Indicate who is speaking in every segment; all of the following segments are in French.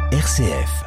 Speaker 1: RCF.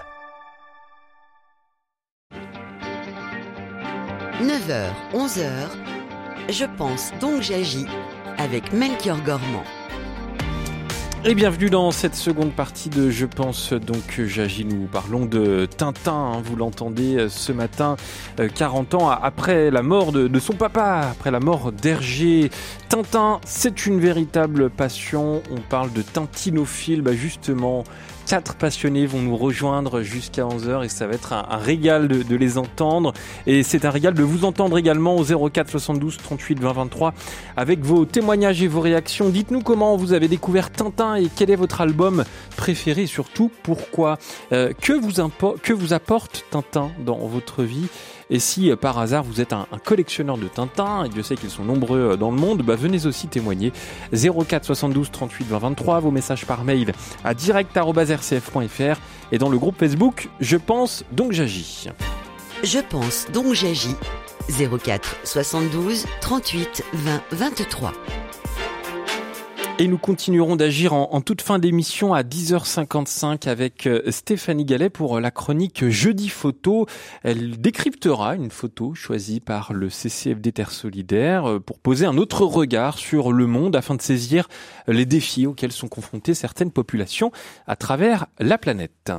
Speaker 2: 9h, 11h, je pense donc j'agis avec Melchior Gormand.
Speaker 3: Et bienvenue dans cette seconde partie de Je pense donc j'agis. Nous parlons de Tintin, vous l'entendez ce matin, 40 ans après la mort de son papa, après la mort d'Hergé. Tintin, c'est une véritable passion, on parle de tintinophile, justement. 4 passionnés vont nous rejoindre jusqu'à 11h et ça va être un régal de les entendre. Et c'est un régal de vous entendre également au 04 72 38 20 23 avec vos témoignages et vos réactions. Dites-nous comment vous avez découvert Tintin et quel est votre album préféré et surtout pourquoi. Que vous apporte Tintin dans votre vie ? Et si par hasard vous êtes un collectionneur de Tintin, et Dieu sait qu'ils sont nombreux dans le monde, venez aussi témoigner. 04 72 38 20 23, vos messages par mail à direct@rcf.fr et dans le groupe Facebook Je pense donc j'agis.
Speaker 2: Je pense donc j'agis. 04 72 38 20 23.
Speaker 3: Et nous continuerons d'agir en toute fin d'émission à 10h55 avec Stéphanie Gallet pour la chronique Jeudi Photo. Elle décryptera une photo choisie par le CCFD Terre Solidaire pour poser un autre regard sur le monde afin de saisir les défis auxquels sont confrontées certaines populations à travers la planète.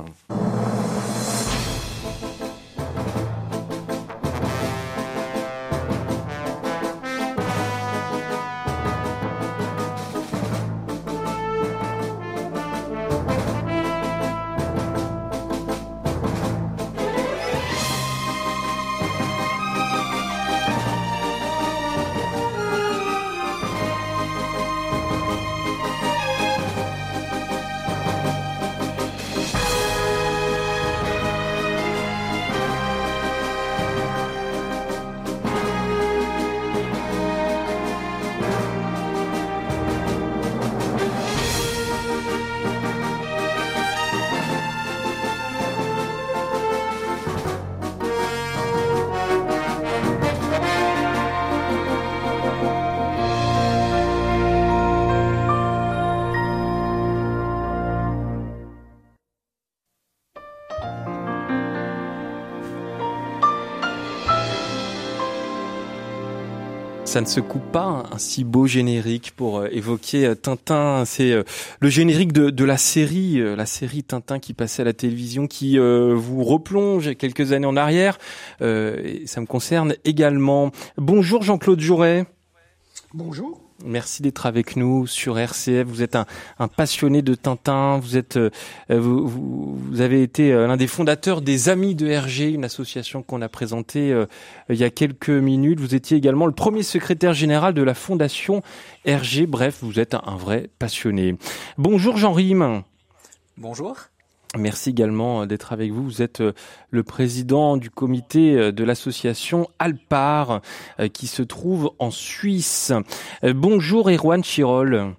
Speaker 3: Ça ne se coupe pas, un si beau générique pour évoquer Tintin. C'est le générique de la série Tintin qui passait à la télévision, qui vous replonge quelques années en arrière. Et ça me concerne également. Bonjour Jean-Claude Jouret.
Speaker 4: Bonjour.
Speaker 3: Merci d'être avec nous sur RCF. Vous êtes un passionné de Tintin. Vous avez été l'un des fondateurs des Amis de Hergé, une association qu'on a présentée il y a quelques minutes. Vous étiez également le premier secrétaire général de la Fondation Hergé. Bref, vous êtes un vrai passionné. Bonjour Jean Rime.
Speaker 5: Bonjour.
Speaker 3: Merci également d'être avec vous. Vous êtes le président du comité de l'association Alpar qui se trouve en Suisse. Bonjour Erwan Chirol.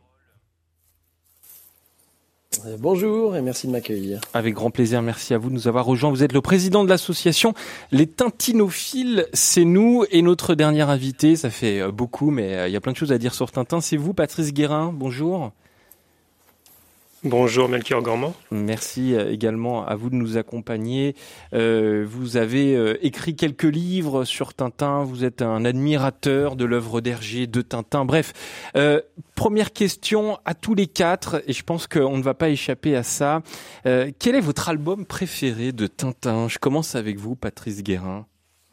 Speaker 5: Bonjour et merci de m'accueillir.
Speaker 3: Avec grand plaisir, merci à vous de nous avoir rejoints. Vous êtes le président de l'association Les Tintinophiles, c'est nous. Et notre dernier invité, ça fait beaucoup, mais il y a plein de choses à dire sur Tintin, c'est vous, Patrice Guérin. Bonjour.
Speaker 6: Bonjour Melchior Gormand.
Speaker 3: Merci également à vous de nous accompagner. Vous avez écrit quelques livres sur Tintin, vous êtes un admirateur de l'œuvre d'Hergé, de Tintin. Bref, première question à tous les 4, et je pense qu'on ne va pas échapper à ça. Quel est votre album préféré de Tintin ? Je commence avec vous, Patrice Guérin.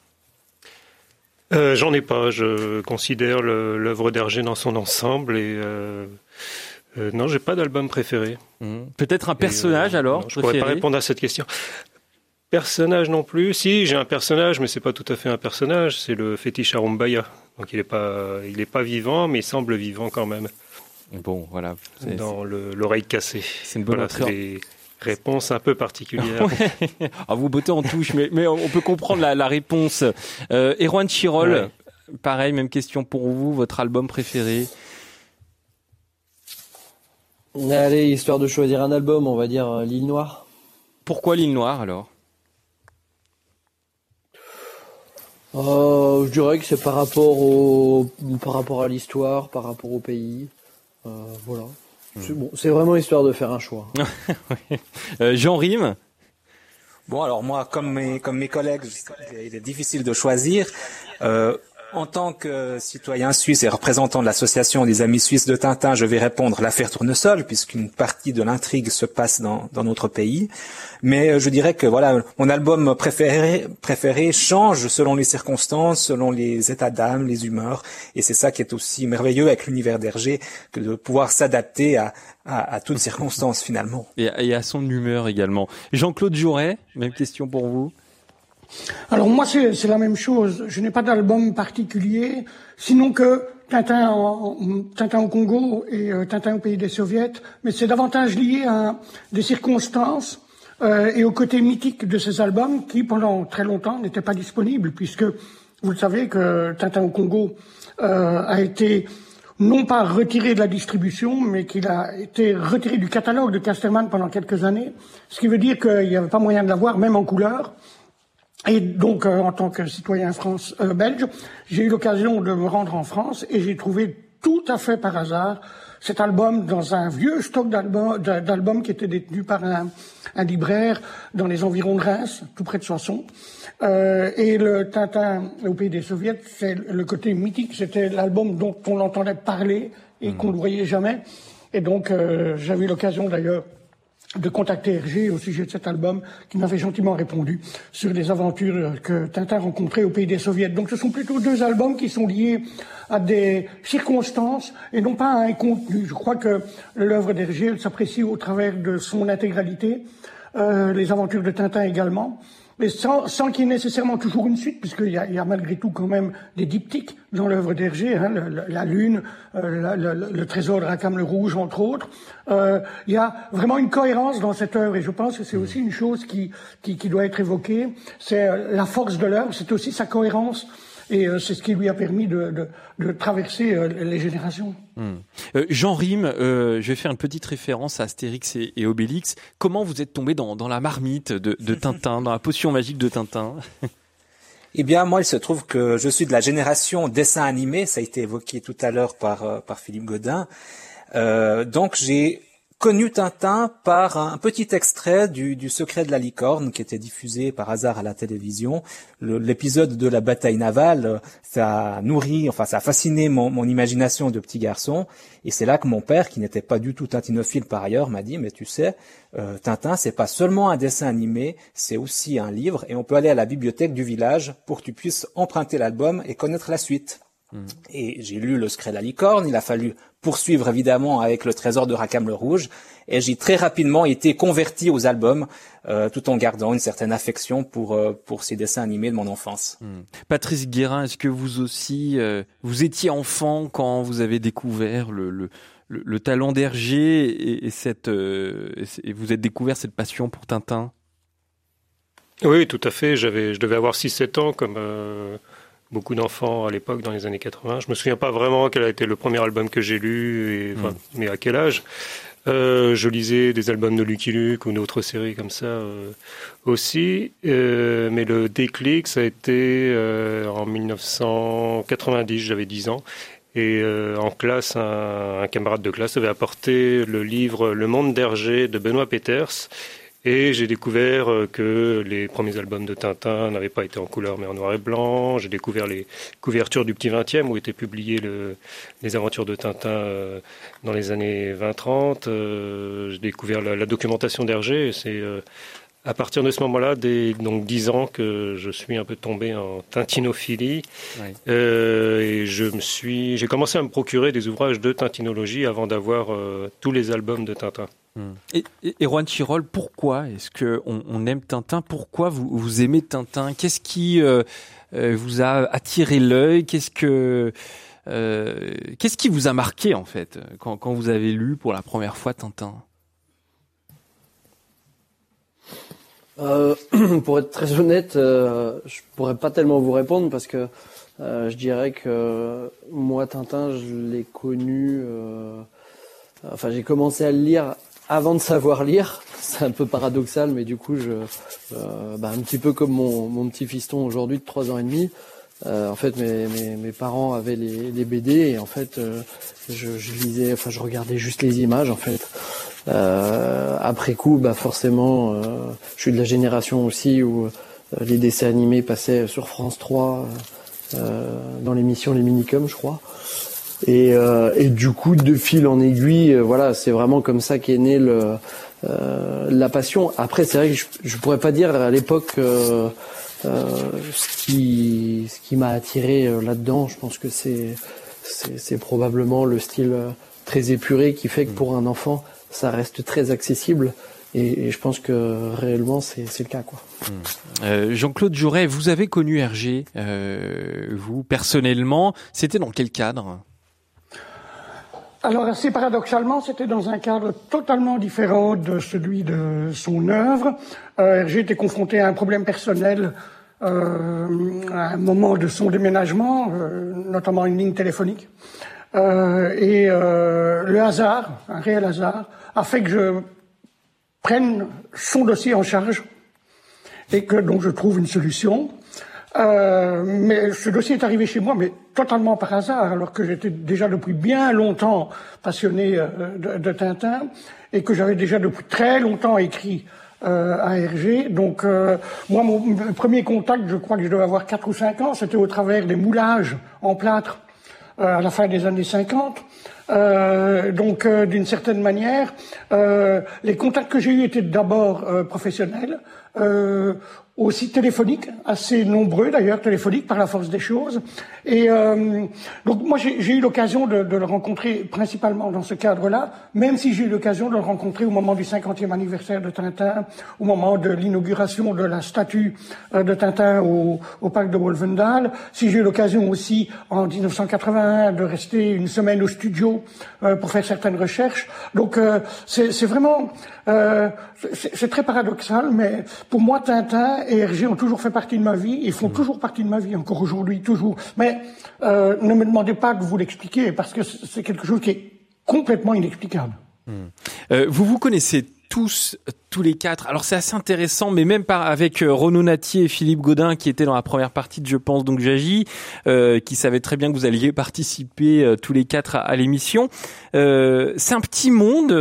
Speaker 6: J'en ai pas, je considère l'œuvre d'Hergé dans son ensemble et... non, j'ai pas d'album préféré.
Speaker 3: Peut-être un personnage alors
Speaker 6: je pourrais pas répondre à cette question. Personnage non plus. Si, j'ai un personnage, mais c'est pas tout à fait un personnage. C'est le fétiche Arumbaya. Donc il est pas vivant, mais il semble vivant quand même.
Speaker 3: Bon, voilà.
Speaker 6: Dans l'oreille cassée.
Speaker 3: C'est une bonne
Speaker 6: c'est des réponses un peu particulières.
Speaker 3: Ouais. Vous bottez en touche, mais on peut comprendre la réponse. Erwan Chirol, pareil, même question pour vous. Votre album préféré ?
Speaker 5: Allez, histoire de choisir un album, on va dire L'Île Noire.
Speaker 3: Pourquoi L'Île Noire alors ?
Speaker 5: Je dirais que c'est par rapport à l'histoire, par rapport au pays. Voilà. C'est vraiment histoire de faire un choix.
Speaker 3: Jean Rime.
Speaker 1: Bon, alors moi, comme mes collègues, il est difficile de choisir. En tant que citoyen suisse et représentant de l'association des Amis Suisses de Tintin, je vais répondre l'affaire Tournesol, puisqu'une partie de l'intrigue se passe dans notre pays. Mais je dirais que voilà, mon album préféré change selon les circonstances, selon les états d'âme, les humeurs. Et c'est ça qui est aussi merveilleux avec l'univers d'Hergé, que de pouvoir s'adapter à toutes circonstances finalement.
Speaker 3: Et à son humeur également. Jean-Claude Jouret, même question pour vous.
Speaker 4: Alors moi c'est la même chose. Je n'ai pas d'album particulier, sinon que Tintin au Congo et Tintin au pays des Soviets, mais c'est davantage lié à des circonstances et au côté mythique de ces albums qui pendant très longtemps n'étaient pas disponibles, puisque vous le savez que Tintin au Congo a été non pas retiré de la distribution, mais qu'il a été retiré du catalogue de Casterman pendant quelques années, ce qui veut dire qu'il n'y avait pas moyen de l'avoir, même en couleur. Et donc, en tant que citoyen belge, j'ai eu l'occasion de me rendre en France et j'ai trouvé tout à fait par hasard cet album dans un vieux stock d'albums qui était détenu par un libraire dans les environs de Reims, tout près de Soissons. Et le Tintin au pays des Soviets, c'est le côté mythique, c'était l'album dont on entendait parler et qu'on ne voyait jamais. Et donc, j'avais eu l'occasion d'ailleurs de contacter Hergé au sujet de cet album, qui m'avait gentiment répondu sur les aventures que Tintin rencontrait au pays des Soviets. Donc ce sont plutôt deux albums qui sont liés à des circonstances et non pas à un contenu. Je crois que l'œuvre d'Hergé s'apprécie au travers de son intégralité, les aventures de Tintin également, mais sans qu'il y ait nécessairement toujours une suite, puisqu'il y a malgré tout quand même des diptyques dans l'œuvre d'Hergé, hein, la Lune, le trésor de Rackham le Rouge, entre autres. Il y a vraiment une cohérence dans cette œuvre, et je pense que c'est aussi une chose qui doit être évoquée. C'est la force de l'œuvre, c'est aussi sa cohérence. Et c'est ce qui lui a permis de traverser les générations.
Speaker 3: Jean Rime, je vais faire une petite référence à Astérix et Obélix. Comment vous êtes tombé dans la marmite de Tintin, dans la potion magique de Tintin?
Speaker 1: Eh bien, moi, il se trouve que je suis de la génération dessin animé. Ça a été évoqué tout à l'heure par Philippe Godin. Donc, j'ai connu Tintin par un petit extrait du Secret de la licorne qui était diffusé par hasard à la télévision. L'épisode de la bataille navale, ça a fasciné mon imagination de petit garçon. Et c'est là que mon père, qui n'était pas du tout tintinophile par ailleurs, m'a dit, mais tu sais, Tintin, c'est pas seulement un dessin animé, c'est aussi un livre, et on peut aller à la bibliothèque du village pour que tu puisses emprunter l'album et connaître la suite. Et j'ai lu Le Secret de la licorne, il a fallu poursuivre évidemment avec Le Trésor de Rackham le Rouge, et j'ai très rapidement été converti aux albums, tout en gardant une certaine affection pour ces dessins animés de mon enfance.
Speaker 3: Patrice Guérin, est-ce que vous aussi, vous étiez enfant quand vous avez découvert le talent d'Hergé et vous avez découvert cette passion pour Tintin?
Speaker 6: Oui, tout à fait. Je devais avoir 6-7 ans comme beaucoup d'enfants à l'époque, dans les années 80. Je me souviens pas vraiment quel a été le premier album que j'ai lu, mais à quel âge. Je lisais des albums de Lucky Luke ou d'autres séries comme ça aussi. Mais le déclic, ça a été en 1990, j'avais 10 ans. Et en classe, un camarade de classe avait apporté le livre Le Monde d'Hergé de Benoît Peters. Et j'ai découvert que les premiers albums de Tintin n'avaient pas été en couleur mais en noir et blanc. J'ai découvert les couvertures du Petit 20e où étaient publiées les aventures de Tintin dans les années 20-30. J'ai découvert la documentation d'Hergé. C'est à partir de ce moment-là, donc 10 ans, que je suis un peu tombé en tintinophilie. Ouais. Et j'ai commencé à me procurer des ouvrages de tintinologie avant d'avoir tous les albums de Tintin.
Speaker 3: Et Erwan Chirol, pourquoi est-ce qu'on aime Tintin? Pourquoi vous aimez Tintin? Qu'est-ce qui vous a attiré l'œil? Qu'est-ce qui vous a marqué en fait quand vous avez lu pour la première fois Tintin?
Speaker 5: Pour être très honnête, je pourrais pas tellement vous répondre parce que je dirais que moi Tintin, je l'ai connu. J'ai commencé à le lire avant de savoir lire. C'est un peu paradoxal, mais du coup, un petit peu comme mon petit fiston aujourd'hui de 3 ans et demi, En fait, mes parents avaient les BD et en fait, je lisais, enfin, je regardais juste les images en fait. Après coup, forcément, je suis de la génération aussi où les dessins animés passaient sur France 3 dans l'émission Les Minicums, je crois. Et du coup, de fil en aiguille, voilà, c'est vraiment comme ça qu'est née la passion. Après, c'est vrai que je pourrais pas dire à l'époque ce qui m'a attiré là-dedans. Je pense que c'est probablement le style très épuré qui fait que pour un enfant, ça reste très accessible. Et je pense que réellement, c'est le cas, quoi.
Speaker 3: Jean-Claude Jouret, vous avez connu Hergé, vous personnellement. C'était dans quel cadre ?
Speaker 4: Alors, assez paradoxalement, c'était dans un cadre totalement différent de celui de son œuvre. Hergé était confronté à un problème personnel à un moment de son déménagement, notamment une ligne téléphonique. Le hasard, un réel hasard, a fait que je prenne son dossier en charge et que donc je trouve une solution. Mais ce dossier est arrivé chez moi, mais totalement par hasard, alors que j'étais déjà depuis bien longtemps passionné de Tintin et que j'avais déjà depuis très longtemps écrit à Hergé. Donc moi, mon premier contact, je crois que je devais avoir 4 ou 5 ans, c'était au travers des moulages en plâtre à la fin des années 50. Donc, d'une certaine manière, les contacts que j'ai eus étaient d'abord professionnels, aussi téléphoniques, assez nombreux d'ailleurs, téléphoniques par la force des choses. Et donc moi j'ai eu l'occasion de le rencontrer principalement dans ce cadre-là, même si j'ai eu l'occasion de le rencontrer au moment du 50e anniversaire de Tintin, au moment de l'inauguration de la statue de Tintin au parc de Wolvendal, si j'ai eu l'occasion aussi en 1981 de rester une semaine au studio pour faire certaines recherches. Donc c'est vraiment c'est très paradoxal, mais pour moi Tintin et Hergé ont toujours fait partie de ma vie, ils font toujours partie de ma vie, encore aujourd'hui, toujours. Mais ne me demandez pas de vous l'expliquer, parce que c'est quelque chose qui est complètement inexplicable.
Speaker 3: Vous connaissez tous les quatre. Alors c'est assez intéressant, mais même avec Renaud Nattier et Philippe Gaudin qui étaient dans la première partie de Je pense donc j'agis, qui savaient très bien que vous alliez participer tous les quatre à l'émission. C'est un petit monde,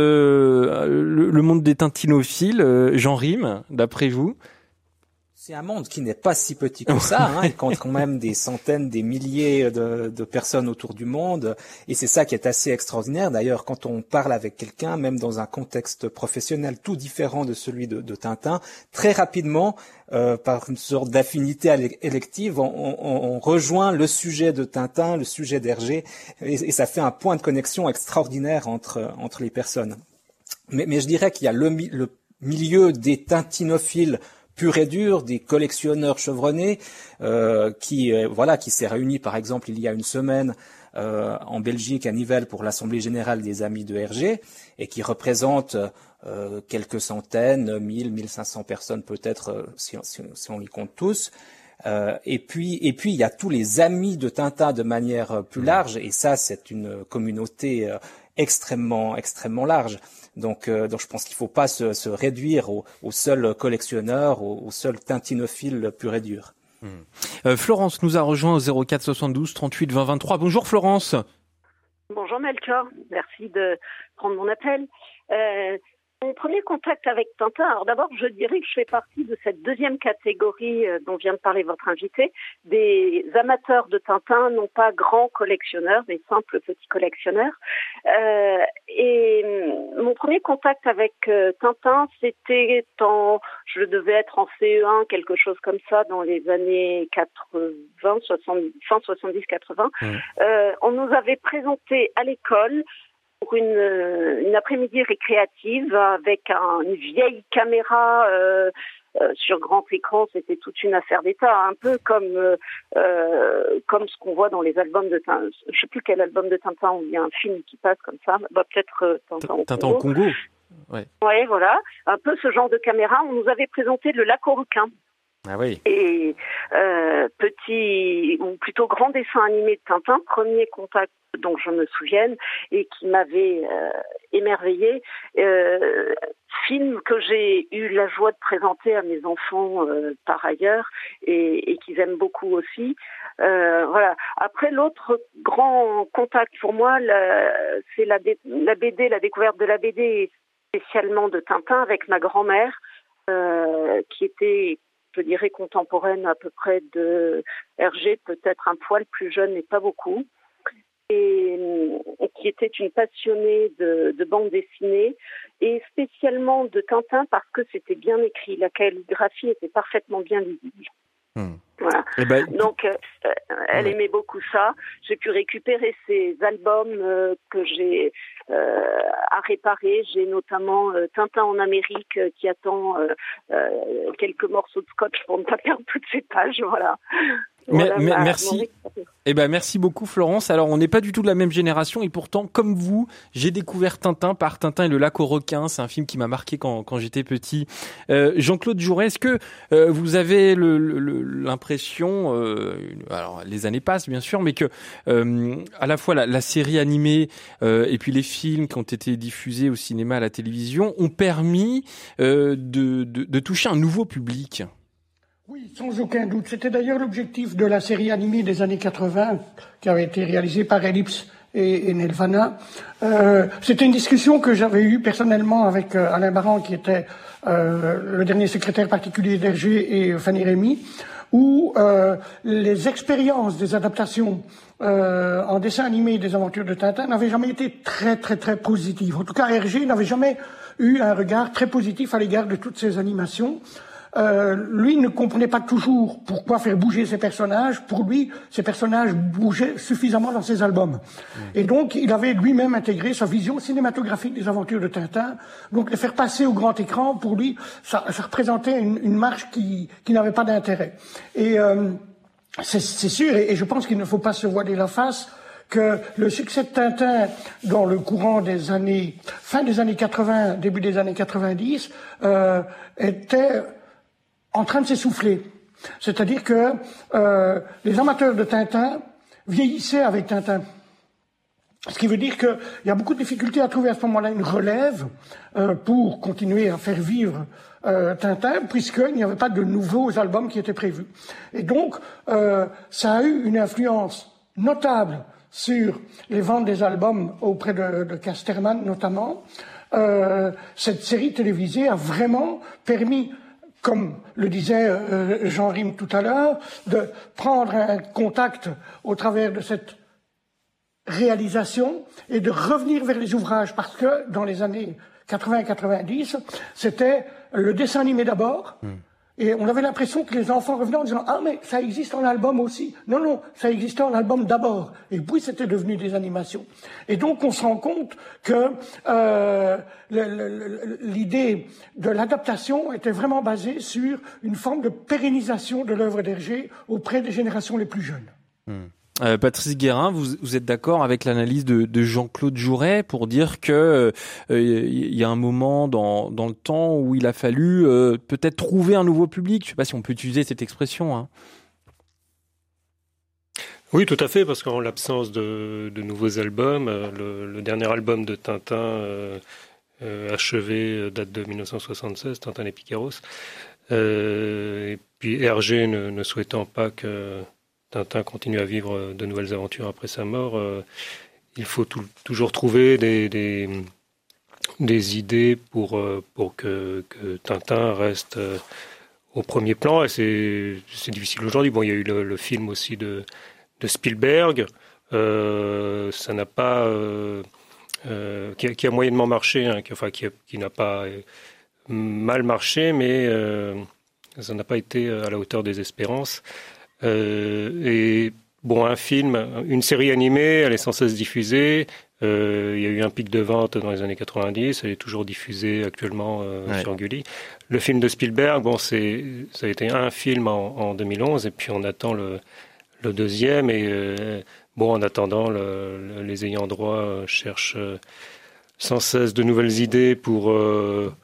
Speaker 3: le monde des tintinophiles. Jean Rime, d'après vous?
Speaker 1: C'est un monde qui n'est pas si petit que ça, hein. Il compte quand même des centaines, des milliers de personnes autour du monde. Et c'est ça qui est assez extraordinaire. D'ailleurs, quand on parle avec quelqu'un, même dans un contexte professionnel tout différent de celui de Tintin, très rapidement, par une sorte d'affinité élective, on rejoint le sujet de Tintin, le sujet d'Hergé, et ça fait un point de connexion extraordinaire entre les personnes. Mais je dirais qu'il y a le milieu des tintinophiles pur et dur, des collectionneurs chevronnés, qui s'est réuni par exemple il y a une semaine en Belgique à Nivelles pour l'Assemblée générale des Amis de Hergé, et qui représente quelques centaines, 1500 personnes peut-être si on les compte tous. Et puis il y a tous les amis de Tintin de manière plus large, et ça c'est une communauté extrêmement large. Donc je pense qu'il ne faut pas se réduire aux seuls collectionneurs, aux seuls tintinophiles pur et dur.
Speaker 3: Florence nous a rejoint au 04 72 38 20 23. Bonjour Florence.
Speaker 7: Bonjour Melchior, merci de prendre mon appel. Mon premier contact avec Tintin, alors d'abord je dirais que je fais partie de cette deuxième catégorie dont vient de parler votre invité, des amateurs de Tintin, non pas grands collectionneurs, mais simples petits collectionneurs. Et mon premier contact avec Tintin, c'était je devais être en CE1, quelque chose comme ça, dans les années 80, 70, fin 70-80. On nous avait présenté à l'école pour une après-midi récréative avec une vieille caméra sur grand écran. C'était toute une affaire d'État, un peu comme ce qu'on voit dans les albums de Tintin. Je sais plus quel album de Tintin où il y a un film qui passe comme ça. Peut-être
Speaker 3: Tintin au Congo.
Speaker 7: Ouais, voilà. Un peu ce genre de caméra. On nous avait présenté le lac aux requins.
Speaker 3: Ah oui.
Speaker 7: Et petit ou plutôt grand dessin animé de Tintin, premier contact dont je me souvienne et qui m'avait émerveillée. Film que j'ai eu la joie de présenter à mes enfants par ailleurs et qu'ils aiment beaucoup aussi. Voilà. Après, l'autre grand contact pour moi, c'est la BD, la découverte de la BD, spécialement de Tintin avec ma grand-mère, qui était, je dirais, contemporaine à peu près de Hergé, peut-être un poil plus jeune, mais pas beaucoup. Et qui était une passionnée de bande dessinée et spécialement de Tintin parce que c'était bien écrit, la calligraphie était parfaitement bien lisible. Voilà. Donc, elle aimait beaucoup ça. J'ai pu récupérer ses albums que j'ai à réparer. J'ai notamment Tintin en Amérique qui attend quelques morceaux de scotch pour ne pas perdre toutes ses pages. Voilà.
Speaker 3: Merci. Merci beaucoup Florence. Alors on n'est pas du tout de la même génération et pourtant comme vous, j'ai découvert Tintin par Tintin et le lac aux requins. C'est un film qui m'a marqué quand j'étais petit. Jean-Claude Jouret, est-ce que vous avez l'impression, alors les années passent bien sûr, mais que à la fois la série animée et puis les films qui ont été diffusés au cinéma, à la télévision ont permis de toucher un nouveau public?
Speaker 4: Oui, sans aucun doute. C'était d'ailleurs l'objectif de la série animée des années 80, qui avait été réalisée par Ellipse et Nelvana. C'était une discussion que j'avais eue personnellement avec Alain Baran, qui était le dernier secrétaire particulier d'Hergé, et Fanny Rémy, où les expériences des adaptations en dessin animé des aventures de Tintin n'avaient jamais été très, très, très positives. En tout cas, Hergé n'avait jamais eu un regard très positif à l'égard de toutes ces animations. Lui ne comprenait pas toujours pourquoi faire bouger ces personnages. Pour lui, ces personnages bougeaient suffisamment dans ses albums. Et donc, il avait lui-même intégré sa vision cinématographique des aventures de Tintin. Donc, les faire passer au grand écran, pour lui, ça représentait une marche qui n'avait pas d'intérêt. Et c'est sûr, et je pense qu'il ne faut pas se voiler la face, que le succès de Tintin dans le courant des années, fin des années 80, début des années 90, était en train de s'essouffler. C'est-à-dire que les amateurs de Tintin vieillissaient avec Tintin. Ce qui veut dire qu'il y a beaucoup de difficultés à trouver à ce moment-là une relève pour continuer à faire vivre Tintin, puisqu'il n'y avait pas de nouveaux albums qui étaient prévus. Et donc, ça a eu une influence notable sur les ventes des albums auprès de Casterman notamment. Cette série télévisée a vraiment permis, comme le disait Jean Rime tout à l'heure, de prendre un contact au travers de cette réalisation et de revenir vers les ouvrages, parce que dans les années 80-90, c'était le dessin animé d'abord, et on avait l'impression que les enfants revenaient en disant « Ah, mais ça existe en album aussi ». Non, ça existait en album d'abord, et puis c'était devenu des animations. Et donc on se rend compte que l'idée de l'adaptation était vraiment basée sur une forme de pérennisation de l'œuvre d'Hergé auprès des générations les plus jeunes.
Speaker 3: Patrice Guérin, vous êtes d'accord avec l'analyse de Jean-Claude Jouret pour dire que il y a un moment dans le temps où il a fallu peut-être trouver un nouveau public. Je ne sais pas si on peut utiliser cette expression. Hein.
Speaker 6: Oui, tout à fait, parce qu'en l'absence de nouveaux albums, le dernier album de Tintin achevé date de 1976, Tintin et Picaros. Et puis Hergé ne souhaitant pas que Tintin continue à vivre de nouvelles aventures après sa mort, il faut toujours trouver des idées pour que Tintin reste au premier plan, et c'est difficile aujourd'hui. Bon, il y a eu le film aussi de Spielberg, ça n'a pas qui a moyennement marché, hein, qui n'a pas mal marché, mais ça n'a pas été à la hauteur des espérances. Et bon, un film, une série animée, elle est sans cesse diffusée. Il y a eu un pic de vente dans les années 90, elle est toujours diffusée actuellement sur Gulli. Le film de Spielberg, bon, ça a été un film en 2011, et puis on attend le deuxième, et bon, en attendant, les ayants droit cherchent sans cesse de nouvelles idées pour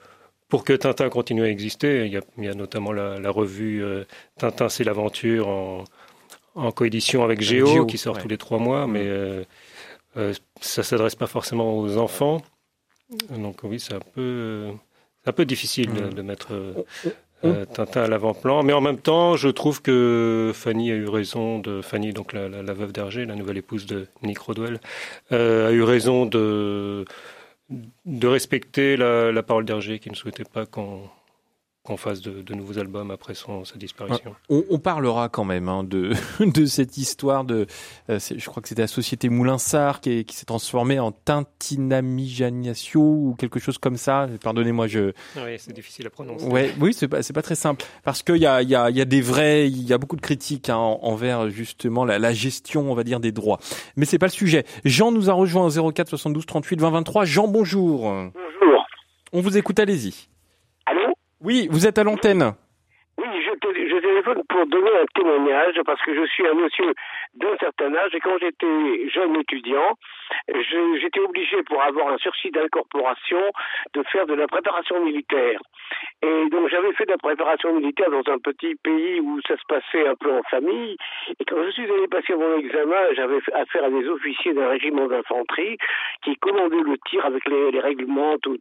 Speaker 6: pour que Tintin continue à exister, il y a notamment la revue Tintin c'est l'aventure en coédition avec Géo qui sort tous les 3 mois, mais ça s'adresse pas forcément aux enfants. Donc oui, c'est un peu difficile de mettre Tintin à l'avant-plan, mais en même temps, je trouve que Fanny a eu raison Fanny, donc la veuve d'Hergé, la nouvelle épouse de Nick Rodwell, a eu raison de respecter la parole d'Hergé, qui ne souhaitait pas qu'on fasse de nouveaux albums après sa disparition.
Speaker 3: On parlera quand même de cette histoire je crois que c'était la société Moulinsart qui s'est transformée en Tintinamijanatio ou quelque chose comme ça. Pardonnez-moi,
Speaker 6: Oui, c'est difficile à prononcer.
Speaker 3: Oui, c'est pas très simple parce qu'il y a beaucoup de critiques envers justement la gestion, on va dire, des droits. Mais c'est pas le sujet. Jean nous a rejoint au 04 72 38 20 23. Jean, bonjour.
Speaker 8: Bonjour.
Speaker 3: On vous écoute, allez-y.
Speaker 8: Allô?
Speaker 3: Oui, vous êtes à l'antenne.
Speaker 8: Oui, je téléphone pour donner un témoignage parce que je suis un monsieur d'un certain âge et quand j'étais jeune étudiant, j'étais obligé pour avoir un sursis d'incorporation de faire de la préparation militaire. Et donc j'avais fait de la préparation militaire dans un petit pays où ça se passait un peu en famille. Et quand je suis allé passer mon examen, j'avais affaire à des officiers d'un régiment d'infanterie qui commandaient le tir avec les règlements, tous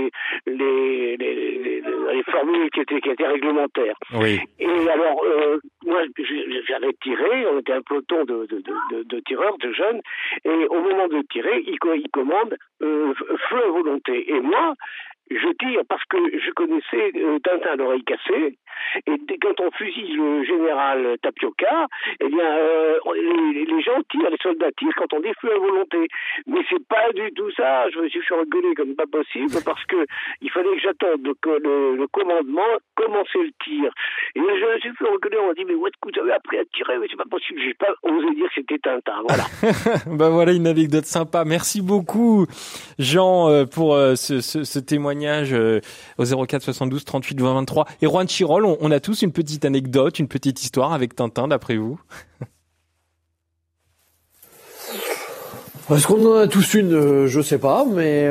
Speaker 8: les formules qui étaient réglementaires.
Speaker 3: Oui.
Speaker 8: Et alors, moi, j'avais tiré, on était un peloton de tireurs, de jeunes, et au moment de tirer, ils commandent feu à volonté. Et moi, je tire parce que je connaissais Tintin à l'oreille cassée, et quand on fusille le général Tapioca, eh bien, les gens tirent, les soldats tirent quand on dit feu à volonté. Mais c'est pas du tout ça, je me suis fait engueuler comme pas possible, parce que il fallait que j'attende que le commandement commençait le tir. Et je me suis fait engueuler, on m'a dit, mais où est-ce que vous avez appris à tirer? Mais c'est pas possible, j'ai pas osé dire que c'était Tintin, voilà.
Speaker 3: Voilà une anecdote sympa. Merci beaucoup, Jean, pour ce témoignage au 04 72 38 20 23. Et Juan Chirol, on a tous une petite anecdote, une petite histoire avec Tintin, d'après vous?
Speaker 5: Est-ce qu'on en a tous une? Je sais pas, mais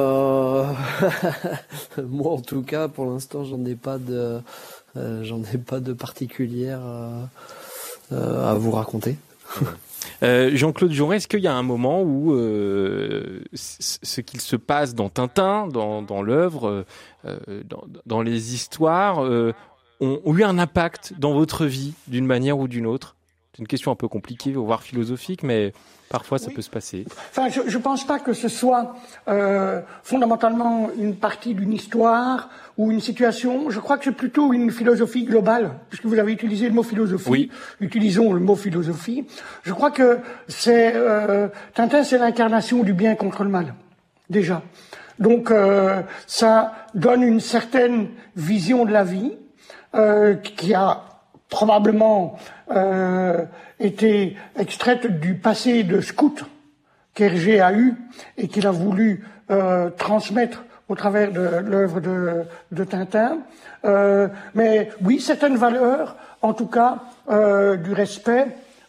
Speaker 5: moi en tout cas, pour l'instant, j'en ai pas de particulière à vous raconter.
Speaker 3: Jean-Claude Jouret, est-ce qu'il y a un moment où ce qu'il se passe dans Tintin, dans l'œuvre, dans les histoires, ont eu un impact dans votre vie d'une manière ou d'une autre? C'est une question un peu compliquée, voire philosophique, mais parfois ça peut se passer.
Speaker 4: Enfin, je pense pas que ce soit fondamentalement une partie d'une histoire ou une situation. Je crois que c'est plutôt une philosophie globale, puisque vous avez utilisé le mot philosophie.
Speaker 3: Oui.
Speaker 4: Utilisons le mot philosophie. Je crois que Tintin, c'est l'incarnation du bien contre le mal, déjà. Donc, ça donne une certaine vision de la vie qui a probablement été extraite du passé de scout qu'Hergé a eu et qu'il a voulu transmettre au travers de l'œuvre de Tintin. Mais oui, certaines valeurs, en tout cas, du respect,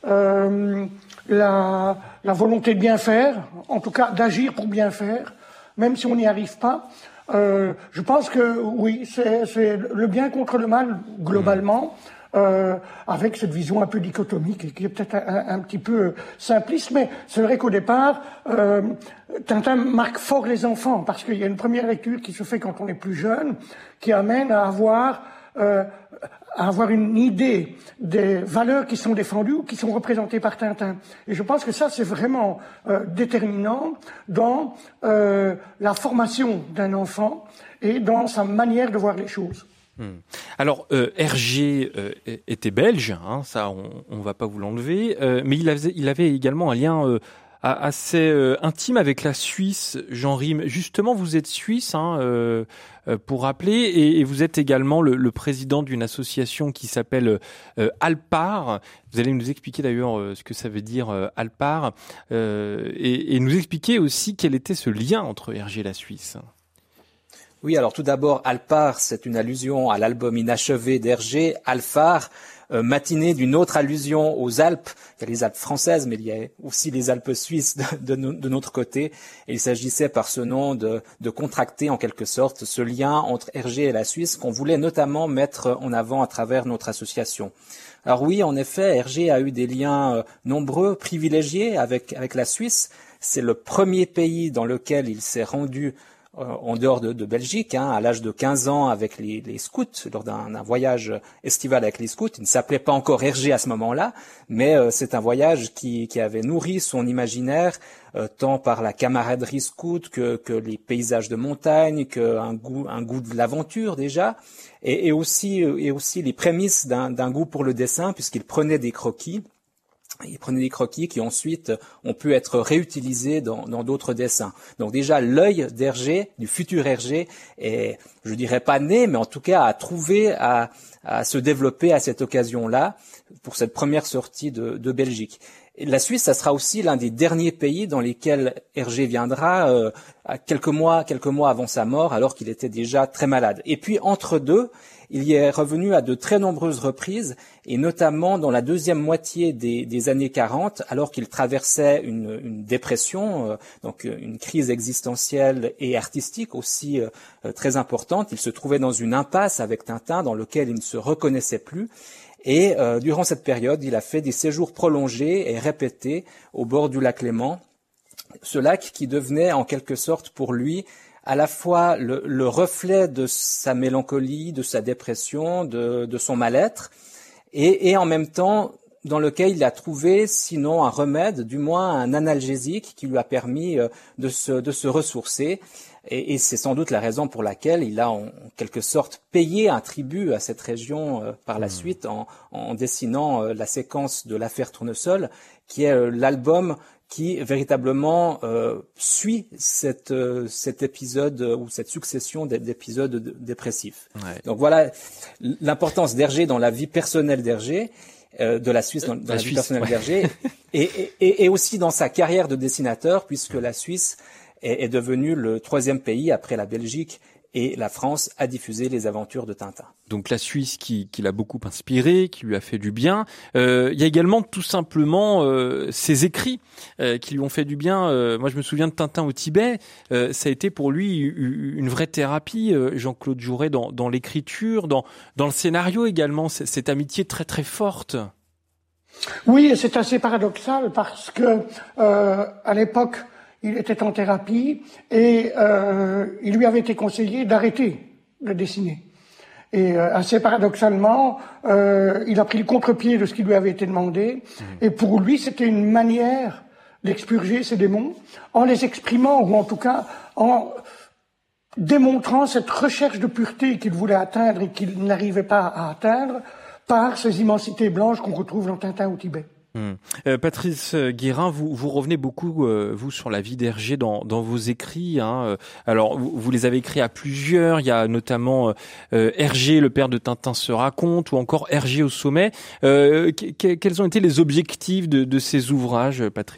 Speaker 4: la volonté de bien faire, en tout cas d'agir pour bien faire, même si on n'y arrive pas. Je pense que oui, c'est le bien contre le mal, globalement. Avec cette vision un peu dichotomique qui est peut-être un petit peu simpliste, mais c'est vrai qu'au départ, Tintin marque fort les enfants, parce qu'il y a une première lecture qui se fait quand on est plus jeune, qui amène à avoir une idée des valeurs qui sont défendues ou qui sont représentées par Tintin. Et je pense que ça, c'est vraiment déterminant dans la formation d'un enfant et dans sa manière de voir les choses.
Speaker 3: Alors, Hergé était belge, hein, ça on va pas vous l'enlever, mais il avait également un lien assez intime avec la Suisse, Jean Rime. Justement, vous êtes suisse, hein, pour rappeler, et vous êtes également le président d'une association qui s'appelle Alpar. Vous allez nous expliquer d'ailleurs ce que ça veut dire Alpar, et nous expliquer aussi quel était ce lien entre Hergé et la Suisse.
Speaker 1: Oui, alors tout d'abord, Alpar, c'est une allusion à l'album inachevé d'Hergé. Alphard, matinée d'une autre allusion aux Alpes. Il y a les Alpes françaises, mais il y a aussi les Alpes suisses de notre côté. Et il s'agissait par ce nom de contracter en quelque sorte ce lien entre Hergé et la Suisse qu'on voulait notamment mettre en avant à travers notre association. Alors oui, en effet, Hergé a eu des liens nombreux, privilégiés avec la Suisse. C'est le premier pays dans lequel il s'est rendu en dehors de Belgique, à l'âge de 15 ans avec les scouts, lors d'un voyage estival avec les scouts. Il ne s'appelait pas encore Hergé à ce moment-là, mais c'est un voyage qui avait nourri son imaginaire, tant par la camaraderie scout que les paysages de montagne, qu'un goût de l'aventure déjà, et aussi les prémices d'un goût pour le dessin, puisqu'il prenait des croquis. Il prenait des croquis qui ensuite ont pu être réutilisés dans d'autres dessins. Donc déjà, l'œil d'Hergé, du futur Hergé, est, je dirais pas né, mais en tout cas a trouvé à se développer à cette occasion-là, pour cette première sortie de Belgique. Et la Suisse, ça sera aussi l'un des derniers pays dans lesquels Hergé viendra, quelques mois avant sa mort, alors qu'il était déjà très malade. Et puis entre deux, il y est revenu à de très nombreuses reprises, et notamment dans la deuxième moitié des années 40, alors qu'il traversait une dépression, donc une crise existentielle et artistique aussi très importante. Il se trouvait dans une impasse avec Tintin dans lequel il ne se reconnaissait plus. Et durant cette période, il a fait des séjours prolongés et répétés au bord du lac Léman, ce lac qui devenait en quelque sorte pour lui à la fois le reflet de sa mélancolie, de sa dépression, de son mal-être, et en même temps dans lequel il a trouvé, sinon un remède, du moins un analgésique qui lui a permis de se ressourcer. Et c'est sans doute la raison pour laquelle il a en quelque sorte payé un tribut à cette région par la suite en dessinant la séquence de l'affaire Tournesol, qui est l'album qui véritablement suit cet épisode ou cette succession d'épisodes dépressifs. Ouais. Donc voilà l'importance d'Hergé dans la vie personnelle d'Hergé, de la Suisse dans la vie personnelle d'Hergé, et aussi dans sa carrière de dessinateur, puisque la Suisse est devenu le troisième pays après la Belgique et la France à diffuser les aventures de Tintin.
Speaker 3: Donc la Suisse qui l'a beaucoup inspiré, qui lui a fait du bien. Il y a également tout simplement ses écrits qui lui ont fait du bien. Moi je me souviens de Tintin au Tibet. Ça a été pour lui une vraie thérapie. Jean-Claude Jouret dans l'écriture, dans le scénario également, cette amitié très très forte.
Speaker 4: Oui, et c'est assez paradoxal parce que à l'époque il était en thérapie et il lui avait été conseillé d'arrêter de dessiner. Et assez paradoxalement, il a pris le contre-pied de ce qui lui avait été demandé. Et pour lui, c'était une manière d'expurger ses démons en les exprimant, ou en tout cas en démontrant cette recherche de pureté qu'il voulait atteindre et qu'il n'arrivait pas à atteindre par ces immensités blanches qu'on retrouve dans Tintin au Tibet.
Speaker 3: Patrice Guérin, vous revenez beaucoup, vous, sur la vie d'Hergé dans vos écrits. Alors, vous les avez écrits à plusieurs. Il y a notamment Hergé, le père de Tintin se raconte, ou encore Hergé au sommet. Quels ont été les objectifs de ces ouvrages, Patrice ?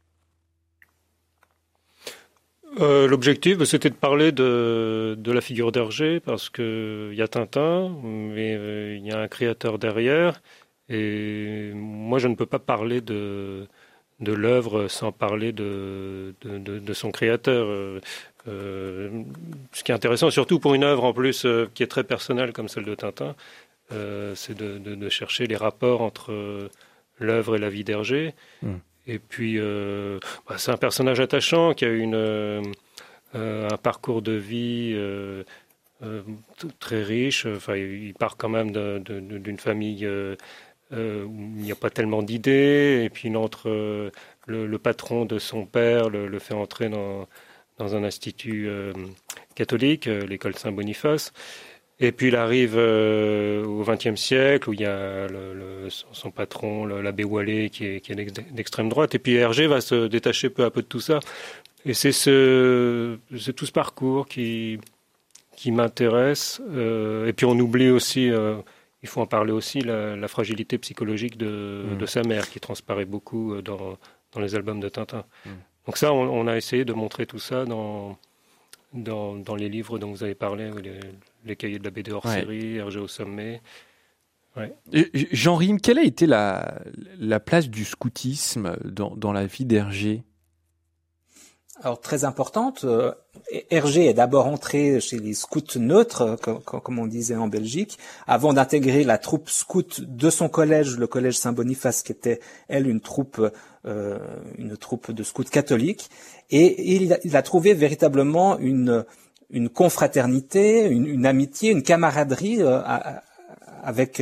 Speaker 6: L'objectif, c'était de parler de la figure d'Hergé, parce que il y a Tintin, mais il y a un créateur derrière. Et moi, je ne peux pas parler de l'œuvre sans parler de son créateur. Ce qui est intéressant, surtout pour une œuvre en plus qui est très personnelle comme celle de Tintin, c'est de chercher les rapports entre l'œuvre et la vie d'Hergé. Et puis, c'est un personnage attachant qui a eu un parcours de vie très riche. Enfin, il part quand même d'une famille où il n'y a pas tellement d'idées, et puis le patron de son père le fait entrer dans un institut catholique, l'école Saint-Boniface, et puis il arrive au XXe siècle où il y a son patron, l'abbé Wallet, qui est d'extrême droite, et puis Hergé va se détacher peu à peu de tout ça, et c'est tout ce parcours qui m'intéresse, et puis on oublie aussi... il faut en parler aussi, la fragilité psychologique de sa mère, qui transparaît beaucoup dans les albums de Tintin. Donc ça, on a essayé de montrer tout ça dans dans les livres dont vous avez parlé, les cahiers de la BD hors série, Hergé au sommet. Ouais.
Speaker 3: Jean Rime, quelle a été la place du scoutisme dans la vie d'Hergé ?
Speaker 1: Alors très importante. Hergé est d'abord entré chez les scouts neutres, comme on disait en Belgique, avant d'intégrer la troupe scout de son collège, le collège Saint-Boniface, qui était elle une troupe de scouts catholiques. Et il a trouvé véritablement une confraternité, une amitié, une camaraderie avec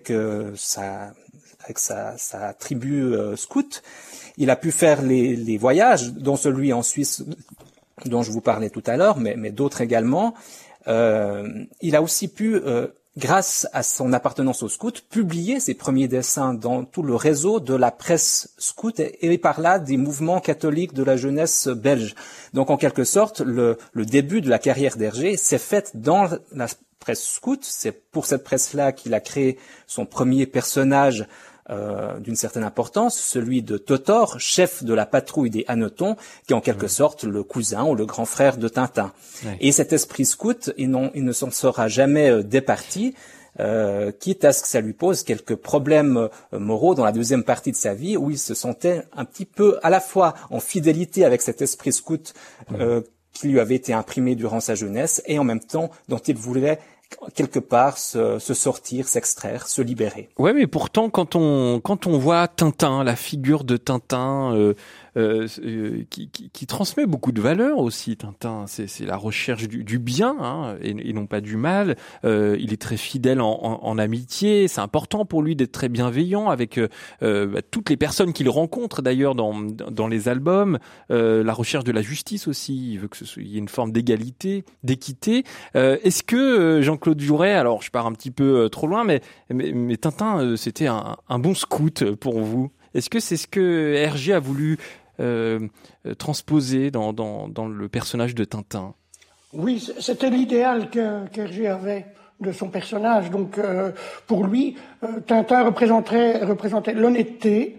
Speaker 1: sa tribu scout. Il a pu faire les voyages, dont celui en Suisse dont je vous parlais tout à l'heure, mais d'autres également. Il a aussi pu, grâce à son appartenance au scout, publier ses premiers dessins dans tout le réseau de la presse scout et par là des mouvements catholiques de la jeunesse belge. Donc en quelque sorte, le début de la carrière d'Hergé s'est fait dans la presse scout. C'est pour cette presse-là qu'il a créé son premier personnage d'une certaine importance, celui de Totor, chef de la patrouille des Hannetons, qui est en quelque sorte le cousin ou le grand frère de Tintin. Ouais. Et cet esprit scout, il ne s'en sera jamais départi, quitte à ce que ça lui pose quelques problèmes moraux dans la deuxième partie de sa vie, où il se sentait un petit peu à la fois en fidélité avec cet esprit scout qui lui avait été imprimé durant sa jeunesse, et en même temps dont il voulait quelque part se sortir, s'extraire, se libérer.
Speaker 3: Ouais, mais pourtant quand on voit Tintin, la figure de Tintin qui transmet beaucoup de valeurs aussi, Tintin, c'est la recherche du bien et non pas du mal. Il est très fidèle en amitié, c'est important pour lui d'être très bienveillant avec toutes les personnes qu'il rencontre d'ailleurs dans les albums. La recherche de la justice aussi, il veut qu'il y ait une forme d'égalité, d'équité. Est-ce que Jean-Claude Jouret, alors je pars un petit peu trop loin, mais Tintin, c'était un bon scout pour vous? Est-ce que c'est ce que Hergé a voulu transposer dans le personnage de Tintin?
Speaker 4: Oui, c'était l'idéal qu'Hergé avait de son personnage. Donc, pour lui, Tintin représentait l'honnêteté,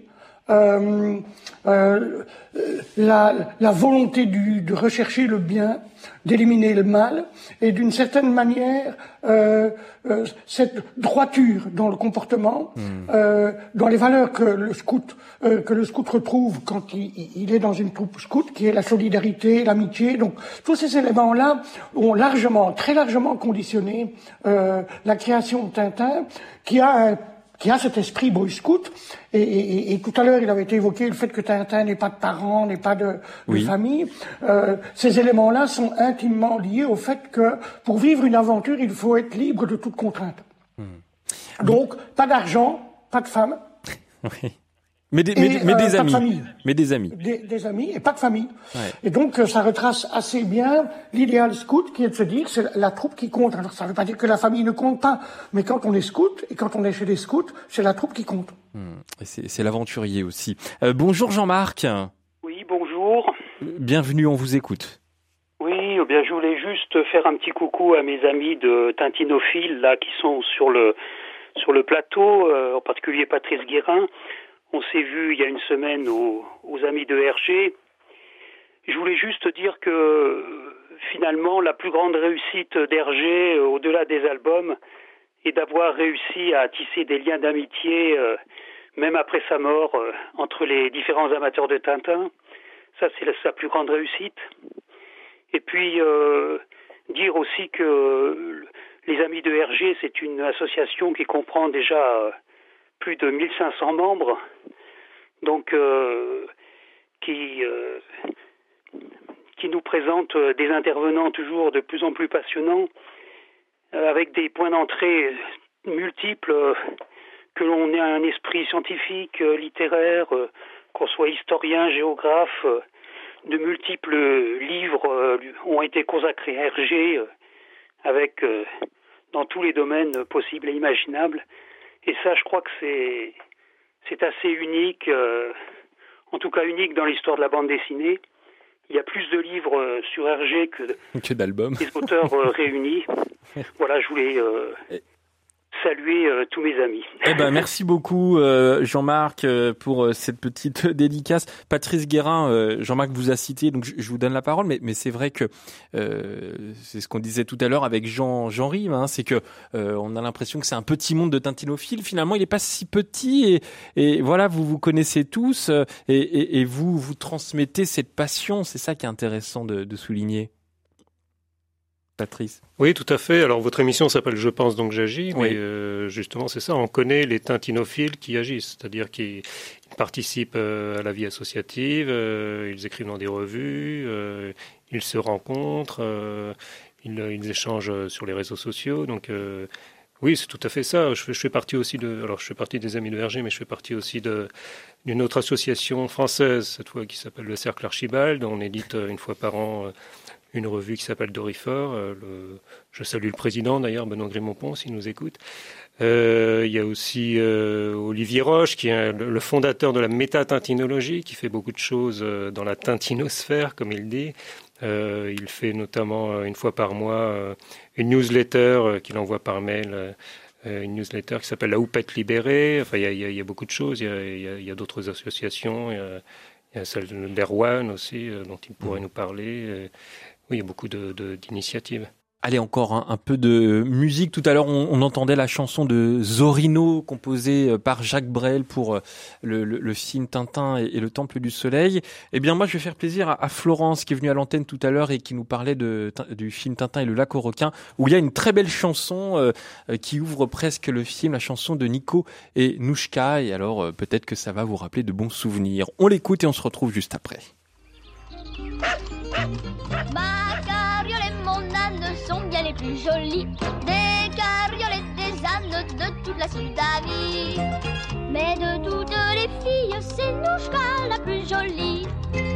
Speaker 4: la volonté de rechercher le bien, d'éliminer le mal, et d'une certaine manière cette droiture dans le comportement, dans les valeurs que le scout retrouve quand il est dans une troupe scout, qui est la solidarité, l'amitié. Donc tous ces éléments-là ont très largement conditionné la création de Tintin, qui a cet esprit boy scout, et tout à l'heure il avait été évoqué le fait que Tintin n'ait pas de parents, n'ait pas de famille. Ces éléments-là sont intimement liés au fait que pour vivre une aventure, il faut être libre de toute contrainte. Donc, pas d'argent, pas de femme.
Speaker 3: Oui. Mais des amis. Mais des amis.
Speaker 4: Des amis et pas de famille.
Speaker 3: Ouais.
Speaker 4: Et donc, ça retrace assez bien l'idéal scout qui est de se dire, c'est la troupe qui compte. Alors, ça ne veut pas dire que la famille ne compte pas, mais quand on est scout et quand on est chez les scouts, c'est la troupe qui compte.
Speaker 3: C'est l'aventurier aussi. Bonjour Jean-Marc.
Speaker 9: Oui, bonjour.
Speaker 3: Bienvenue, on vous écoute.
Speaker 9: Oui, bien, je voulais juste faire un petit coucou à mes amis de Tintinophiles, là, qui sont sur le plateau, en particulier Patrice Guérin. On s'est vu il y a une semaine aux amis de Hergé. Je voulais juste dire que finalement la plus grande réussite d'Hergé, au-delà des albums, est d'avoir réussi à tisser des liens d'amitié, même après sa mort, entre les différents amateurs de Tintin. Ça, c'est sa plus grande réussite. Et puis dire aussi que les amis de Hergé, c'est une association qui comprend déjà plus de 1500 membres, donc qui nous présente des intervenants toujours de plus en plus passionnants, avec des points d'entrée multiples, que l'on ait un esprit scientifique, littéraire, qu'on soit historien, géographe. De multiples livres ont été consacrés à Hergé, avec dans tous les domaines possibles et imaginables. Et ça, je crois que c'est assez unique, en tout cas unique dans l'histoire de la bande dessinée. Il y a plus de livres sur Hergé que
Speaker 3: d'albums.
Speaker 9: Des auteurs réunis. Voilà, je voulais saluer tous mes amis.
Speaker 3: Eh ben, merci beaucoup Jean-Marc pour cette petite dédicace. Patrice Guérin, Jean-Marc vous a cité, donc je vous donne la parole, mais c'est vrai que c'est ce qu'on disait tout à l'heure avec Jean Rime, hein, c'est que on a l'impression que c'est un petit monde de tintinophiles. Finalement, il n'est pas si petit et voilà, vous connaissez tous et vous transmettez cette passion. C'est ça qui est intéressant de souligner. Patrice.
Speaker 6: Oui, tout à fait. Alors, votre émission s'appelle Je pense donc j'agis, oui. Mais justement, c'est ça. On connaît les tintinophiles qui agissent, c'est-à-dire qu'ils participent à la vie associative, ils écrivent dans des revues, ils se rencontrent, ils échangent sur les réseaux sociaux. Donc, oui, c'est tout à fait ça. Je fais partie aussi je fais partie des Amis de Verger, mais je fais partie aussi d'une autre association française, cette fois, qui s'appelle le Cercle Archibald. On édite une fois par an une revue qui s'appelle Dorifort. Je salue le président d'ailleurs, Benoît Grimont-Pont, s'il nous écoute. Il y a aussi Olivier Roche, qui est le fondateur de la métatintinologie, qui fait beaucoup de choses dans la tintinosphère, comme il dit. Il fait notamment une fois par mois une newsletter qu'il envoie par mail, une newsletter qui s'appelle La Houppette Libérée. Enfin, il y a beaucoup de choses. Il y a d'autres associations. Il y a celle d'Erwan aussi, dont il pourrait nous parler. Oui, il y a beaucoup d'initiatives.
Speaker 3: Allez, encore un peu de musique. Tout à l'heure, on entendait la chanson de Zorino, composée par Jacques Brel pour le film Tintin et le Temple du Soleil. Eh bien, moi, je vais faire plaisir à Florence, qui est venue à l'antenne tout à l'heure et qui nous parlait du film Tintin et le lac aux requins, où il y a une très belle chanson qui ouvre presque le film, la chanson de Nico et Nouchka. Et alors, peut-être que ça va vous rappeler de bons souvenirs. On l'écoute et on se retrouve juste après.
Speaker 10: Ma carriole et mon âne sont bien les plus jolis des carrioles et des ânes de toute la Sudavie. Mais de toutes les filles, c'est Nouchka la plus jolie.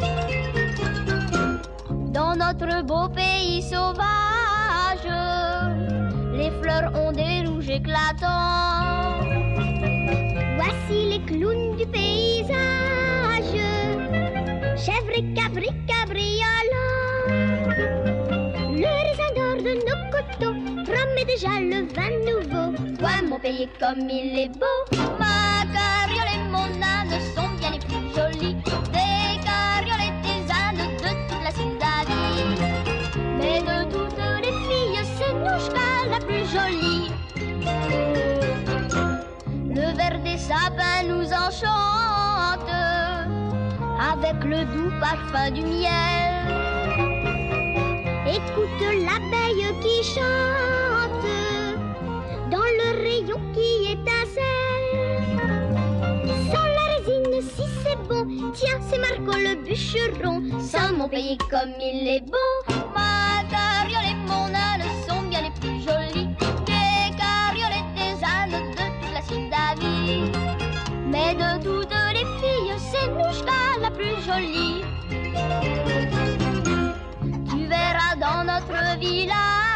Speaker 10: Dans notre beau pays sauvage, les fleurs ont des rouges éclatants. Voici les clowns du paysage, chèvres et cabris cabriolants. Le raisin d'or de nos coteaux promet déjà le vin nouveau. Vois mon pays comme il est beau. Ma carriole et mon âne sont bien les plus jolis des carrioles et des ânes de toute la Sudavie. Mais de toutes les filles, c'est Nouchka la plus jolie. Le vert des sapins nous enchante avec le doux parfum du miel. Écoute l'abeille qui chante dans le rayon qui étincelle. Sans la résine, si c'est bon, tiens, c'est Marco le bûcheron. Sans mon pays comme il est beau. Ma carriole et mon âne sont bien les plus jolis des carrioles et des ânes de toute la Sudavie. Mais de toutes les filles, c'est Nouchka la plus jolie. Tu verras dans notre village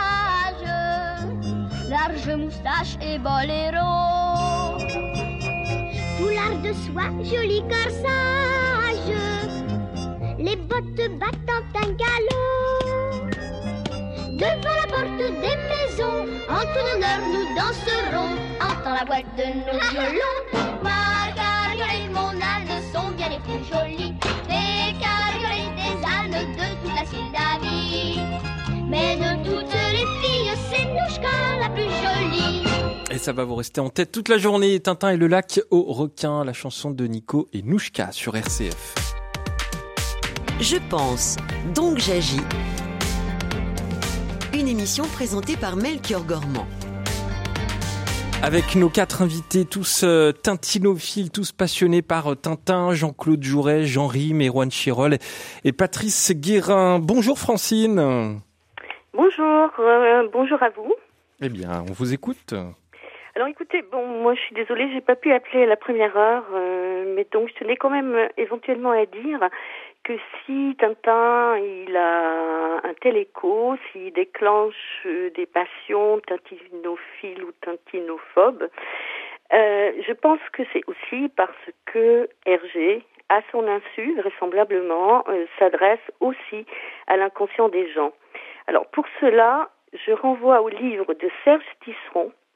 Speaker 10: large moustache et boléro, foulard de soie, joli corsage, les bottes battant un galop. Devant la porte des maisons, en ton honneur nous danserons, entends la voix de nos violons. Ma carriole et mon âne sont bien les plus jolis des carrioles et des ânes de toute la Sudavie. Mais de toutes les filles, c'est Nouchka la plus jolie.
Speaker 3: Et ça va vous rester en tête toute la journée. Tintin et le lac aux requins, la chanson de Nico et Nouchka sur RCF.
Speaker 2: Je pense, donc j'agis. Une émission présentée par Melchior Gormand.
Speaker 3: Avec nos 4 invités, tous tintinophiles, tous passionnés par Tintin, Jean-Claude Jouret, Jean Rime, Erwan Chirol et Patrice Guérin. Bonjour Francine.
Speaker 7: Bonjour, bonjour à vous.
Speaker 3: Eh bien, on vous écoute.
Speaker 7: Alors écoutez, moi je suis désolée, j'ai pas pu appeler à la première heure, mais donc je tenais quand même éventuellement à dire que si Tintin il a un tel écho, s'il déclenche des passions tintinophiles ou tintinophobes, je pense que c'est aussi parce que Hergé, à son insu, vraisemblablement, s'adresse aussi à l'inconscient des gens. Alors pour cela, je renvoie au livre de Serge Tisseron,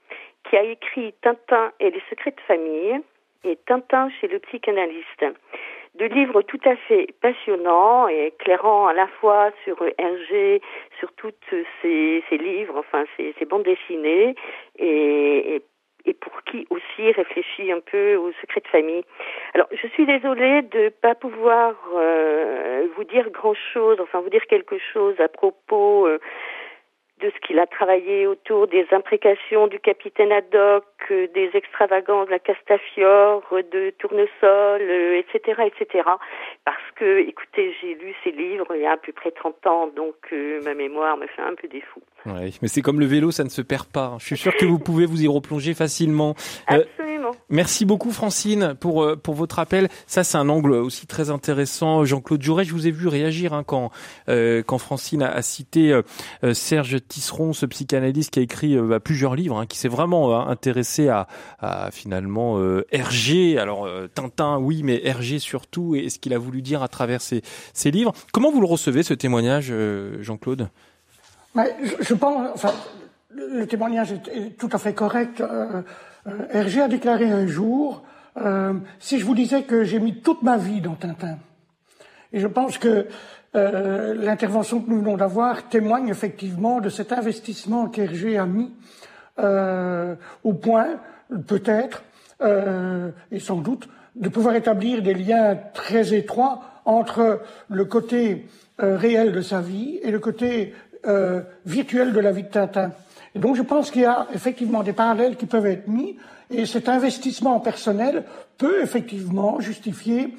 Speaker 7: qui a écrit Tintin et les secrets de famille et Tintin chez le psychanalyste. Deux livres tout à fait passionnants et éclairants à la fois sur Hergé, sur toutes ses livres, enfin ses bandes dessinées et pour qui aussi réfléchit un peu aux secrets de famille. Alors, je suis désolée de pas pouvoir vous dire grand-chose, enfin vous dire quelque chose à propos de ce qu'il a travaillé autour des imprécations du capitaine Haddock, des extravagances de la Castafiore, de Tournesol, etc., etc. Parce que, écoutez, j'ai lu ces livres il y a à peu près 30 ans, donc ma mémoire me fait un peu défaut.
Speaker 3: Ouais, mais c'est comme le vélo, ça ne se perd pas. Je suis sûr que vous pouvez vous y replonger facilement.
Speaker 7: Absolument.
Speaker 3: Merci beaucoup Francine pour votre appel. Ça c'est un angle aussi très intéressant. Jean-Claude Jouret, je vous ai vu réagir quand Francine a cité Serge Tisseron, ce psychanalyste qui a écrit plusieurs livres, qui s'est vraiment intéressé à finalement Hergé. Alors Tintin oui, mais Hergé surtout, et ce qu'il a voulu dire à travers ses livres. Comment vous le recevez ce témoignage, Jean-Claude?
Speaker 4: Je pense, enfin, le témoignage est tout à fait correct. Hergé a déclaré un jour, si je vous disais que j'ai mis toute ma vie dans Tintin. Et je pense que l'intervention que nous venons d'avoir témoigne effectivement de cet investissement qu'Hergé a mis au point, peut-être, et sans doute, de pouvoir établir des liens très étroits entre le côté réel de sa vie et le côté virtuel de la vie de Tintin. Et donc je pense qu'il y a effectivement des parallèles qui peuvent être mis, et cet investissement personnel peut effectivement justifier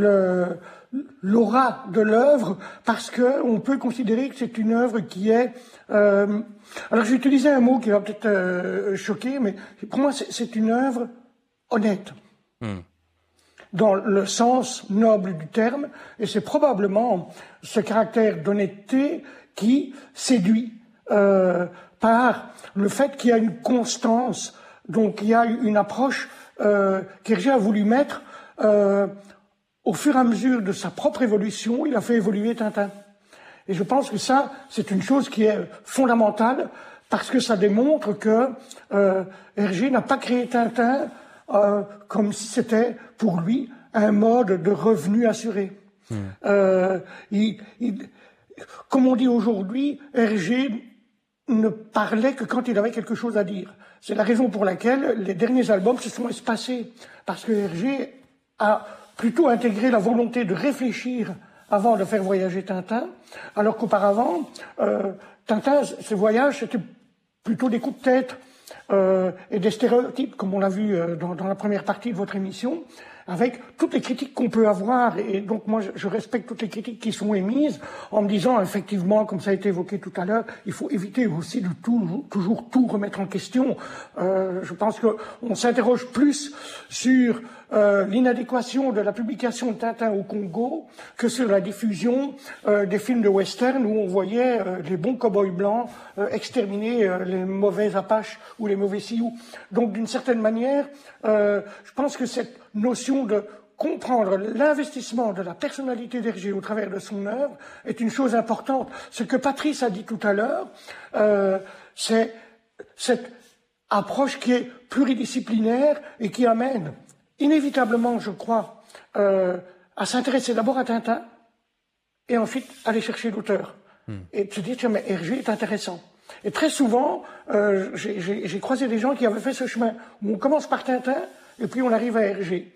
Speaker 4: l'aura de l'œuvre, parce que on peut considérer que c'est une œuvre qui est alors j'ai utilisé un mot qui va peut-être choquer, mais pour moi c'est une œuvre honnête. Dans le sens noble du terme, et c'est probablement ce caractère d'honnêteté qui séduit par le fait qu'il y a une constance, donc il y a une approche qu'Hergé a voulu mettre au fur et à mesure de sa propre évolution, il a fait évoluer Tintin. Et je pense que ça, c'est une chose qui est fondamentale, parce que ça démontre que Hergé n'a pas créé Tintin comme si c'était pour lui un mode de revenu assuré. Comme on dit aujourd'hui, Hergé ne parlait que quand il avait quelque chose à dire. C'est la raison pour laquelle les derniers albums se sont espacés, parce que Hergé a plutôt intégré la volonté de réfléchir avant de faire voyager Tintin, alors qu'auparavant, Tintin, ses voyages, c'était plutôt des coups de tête et des stéréotypes, comme on l'a vu dans la première partie de votre émission, avec toutes les critiques qu'on peut avoir. Et donc moi, je respecte toutes les critiques qui sont émises, en me disant, effectivement, comme ça a été évoqué tout à l'heure, il faut éviter aussi de toujours tout remettre en question. Je pense qu'on s'interroge plus sur l'inadéquation de la publication de Tintin au Congo que sur la diffusion des films de western où on voyait les bons cow-boys blancs exterminer les mauvais Apaches ou les mauvais Sioux. Donc d'une certaine manière, je pense que cette notion de comprendre l'investissement de la personnalité d'Hergé au travers de son œuvre est une chose importante. Ce que Patrice a dit tout à l'heure, c'est cette approche qui est pluridisciplinaire et qui amène inévitablement, je crois, à s'intéresser d'abord à Tintin et ensuite aller chercher l'auteur. Et de se dire, tiens, mais Hergé est intéressant. Et très souvent, j'ai croisé des gens qui avaient fait ce chemin, où on commence par Tintin et puis on arrive à Hergé.